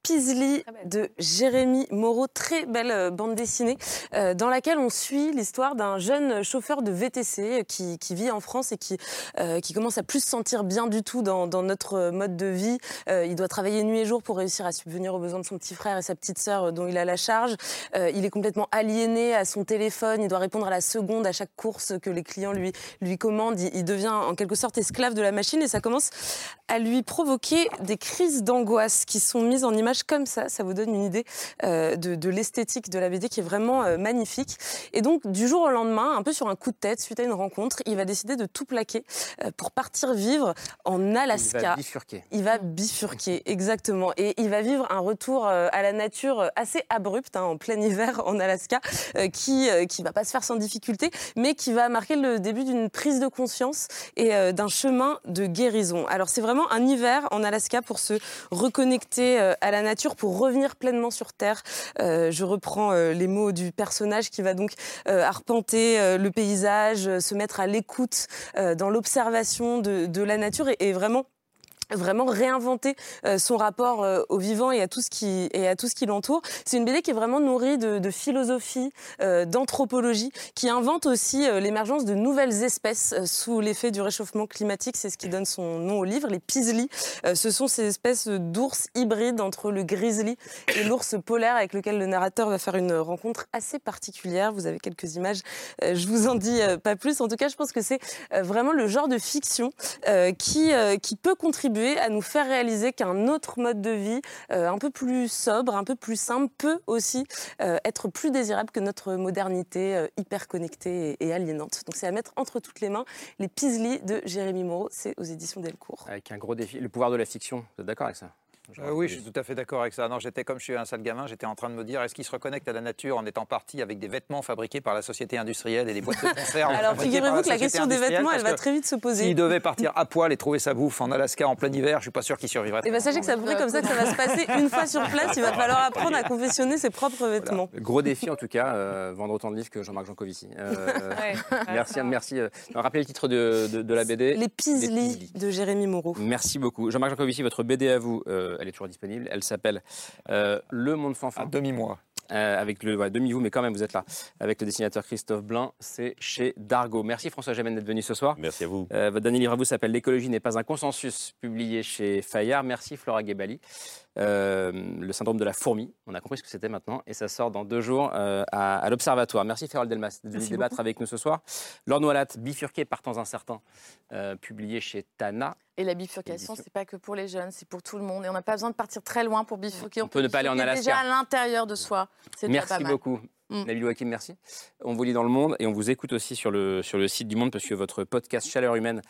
Paisley de Jérémy Moreau, très belle euh, bande dessinée euh, dans laquelle on suit l'histoire d'un jeune chauffeur de V T C qui, qui vit en France et qui, euh, qui commence à plus se sentir bien du tout dans, dans notre mode de vie. Euh, il doit travailler nuit et jour pour réussir à subvenir aux besoins de son petit frère et sa petite sœur dont il a la charge. Euh, il est complètement aliéné à son téléphone, il doit répondre à la seconde à chaque course que les clients lui, lui commandent. Il, il devient en quelque sorte esclave de la machine et ça commence à lui provoquer des crises d'angoisse qui sont mises en image comme ça. Ça vous donne une idée euh, de, de l'esthétique de la B D qui est vraiment euh, magnifique. Et donc, du jour au lendemain, un peu sur un coup de tête, suite à une rencontre, il va décider de tout plaquer euh, pour partir vivre en Alaska. Il va bifurquer. Il va bifurquer, exactement. Et il va vivre un retour euh, à la nature assez abrupt, hein, en plein hiver en Alaska, euh, qui euh, qui va pas se faire sans difficulté, mais qui va marquer le début d'une prise de conscience et euh, d'un chemin de guérison. Alors, c'est vraiment un hiver en Alaska pour se reconnecter euh, à la nature, pour revenir pleinement sur Terre. Euh, je reprends euh, les mots du personnage qui va donc euh, arpenter euh, le paysage, euh, se mettre à l'écoute euh, dans l'observation de, de la nature et, et vraiment vraiment réinventer euh, son rapport euh, au vivant et à tout ce qui et à tout ce qui l'entoure. C'est une B D qui est vraiment nourrie de, de philosophie, euh, d'anthropologie, qui invente aussi euh, l'émergence de nouvelles espèces euh, sous l'effet du réchauffement climatique. C'est ce qui donne son nom au livre. Les Paisley, euh, ce sont ces espèces d'ours hybrides entre le grizzly et l'ours polaire avec lequel le narrateur va faire une rencontre assez particulière. Vous avez quelques images, euh, je vous en dis euh, pas plus. En tout cas, je pense que c'est euh, vraiment le genre de fiction euh, qui euh, qui peut contribuer à nous faire réaliser qu'un autre mode de vie, euh, un peu plus sobre, un peu plus simple, peut aussi euh, être plus désirable que notre modernité euh, hyper connectée et, et aliénante. Donc c'est à mettre entre toutes les mains. Les Paisley de Jérémy Moreau, c'est aux éditions Delcourt. Avec un gros défi, le pouvoir de la fiction, vous êtes d'accord avec ça ? Euh, oui, je suis tout à fait d'accord avec ça. Non, j'étais comme je suis un sale gamin, j'étais en train de me dire, est-ce qu'il se reconnecte à la nature en étant parti avec des vêtements fabriqués par la société industrielle et des boîtes de conserve? Alors figurez-vous que la question des vêtements, elle va très vite se poser. S'il devait partir à poil et trouver sa bouffe en Alaska en plein hiver, je suis pas sûr qu'il survivrait. Et bien sachez que ça pourrait comme ça que ça va se passer une fois sur place. Il va falloir apprendre à confectionner ses propres vêtements. Voilà. Gros défi en tout cas, euh, vendre autant de livres que Jean-Marc Jancovici. Euh, ouais, merci, merci. Euh, rappelez le titre de, de, de la B D. Les Paisley de Jérémy Moreau. Merci beaucoup. Jean-Marc Jancovici, votre B D à vous, euh, elle est toujours disponible. Elle s'appelle euh, Le Monde Fanfan. À demi-mois. Euh, avec le ouais, demi-vous, mais quand même, vous êtes là. Avec le dessinateur Christophe Blain, c'est chez Dargaud. Merci François Gemène d'être venu ce soir. Merci à vous. Euh, votre dernier livre à vous s'appelle L'écologie n'est pas un consensus, publié chez Fayard. Merci Flora Gebali. Euh, le syndrome de la fourmi, on a compris ce que c'était maintenant, et ça sort dans deux jours euh, à, à l'Observatoire. Merci Ferrol Delmas de venir débattre avec nous ce soir. Laure Noilat, Bifurqué par temps incertain, euh, publié chez Tana. Et la bifurcation, c'est pas que pour les jeunes, c'est pour tout le monde. Et on n'a pas besoin de partir très loin pour bifurquer. On, on peut ne pas aller en Alaska. Déjà à l'intérieur de soi. C'est merci pas mal. beaucoup. Mm. Nabil Wakim, merci. On vous lit dans Le Monde et on vous écoute aussi sur le, sur le site du Monde parce que votre podcast Chaleur Humaine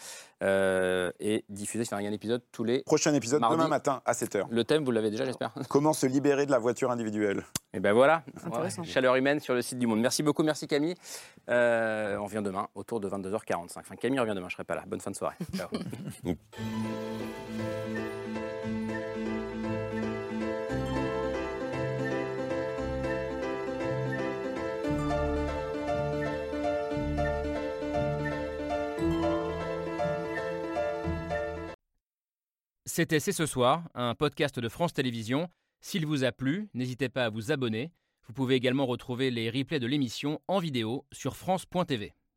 euh, est diffusé. Il y a un épisode tous les. Prochain épisode mardi. Demain matin à sept heures. Le thème, vous l'avez déjà, j'espère. Comment se libérer de la voiture individuelle. Et ben voilà. Ouais. Chaleur Humaine sur le site du Monde. Merci beaucoup, merci Camille. Euh, on revient demain autour de vingt-deux heures quarante-cinq. Enfin, Camille revient demain, je ne serai pas là. Bonne fin de soirée. Ciao. C'était C'est ce soir, un podcast de France Télévisions. S'il vous a plu, n'hésitez pas à vous abonner. Vous pouvez également retrouver les replays de l'émission en vidéo sur France point T V.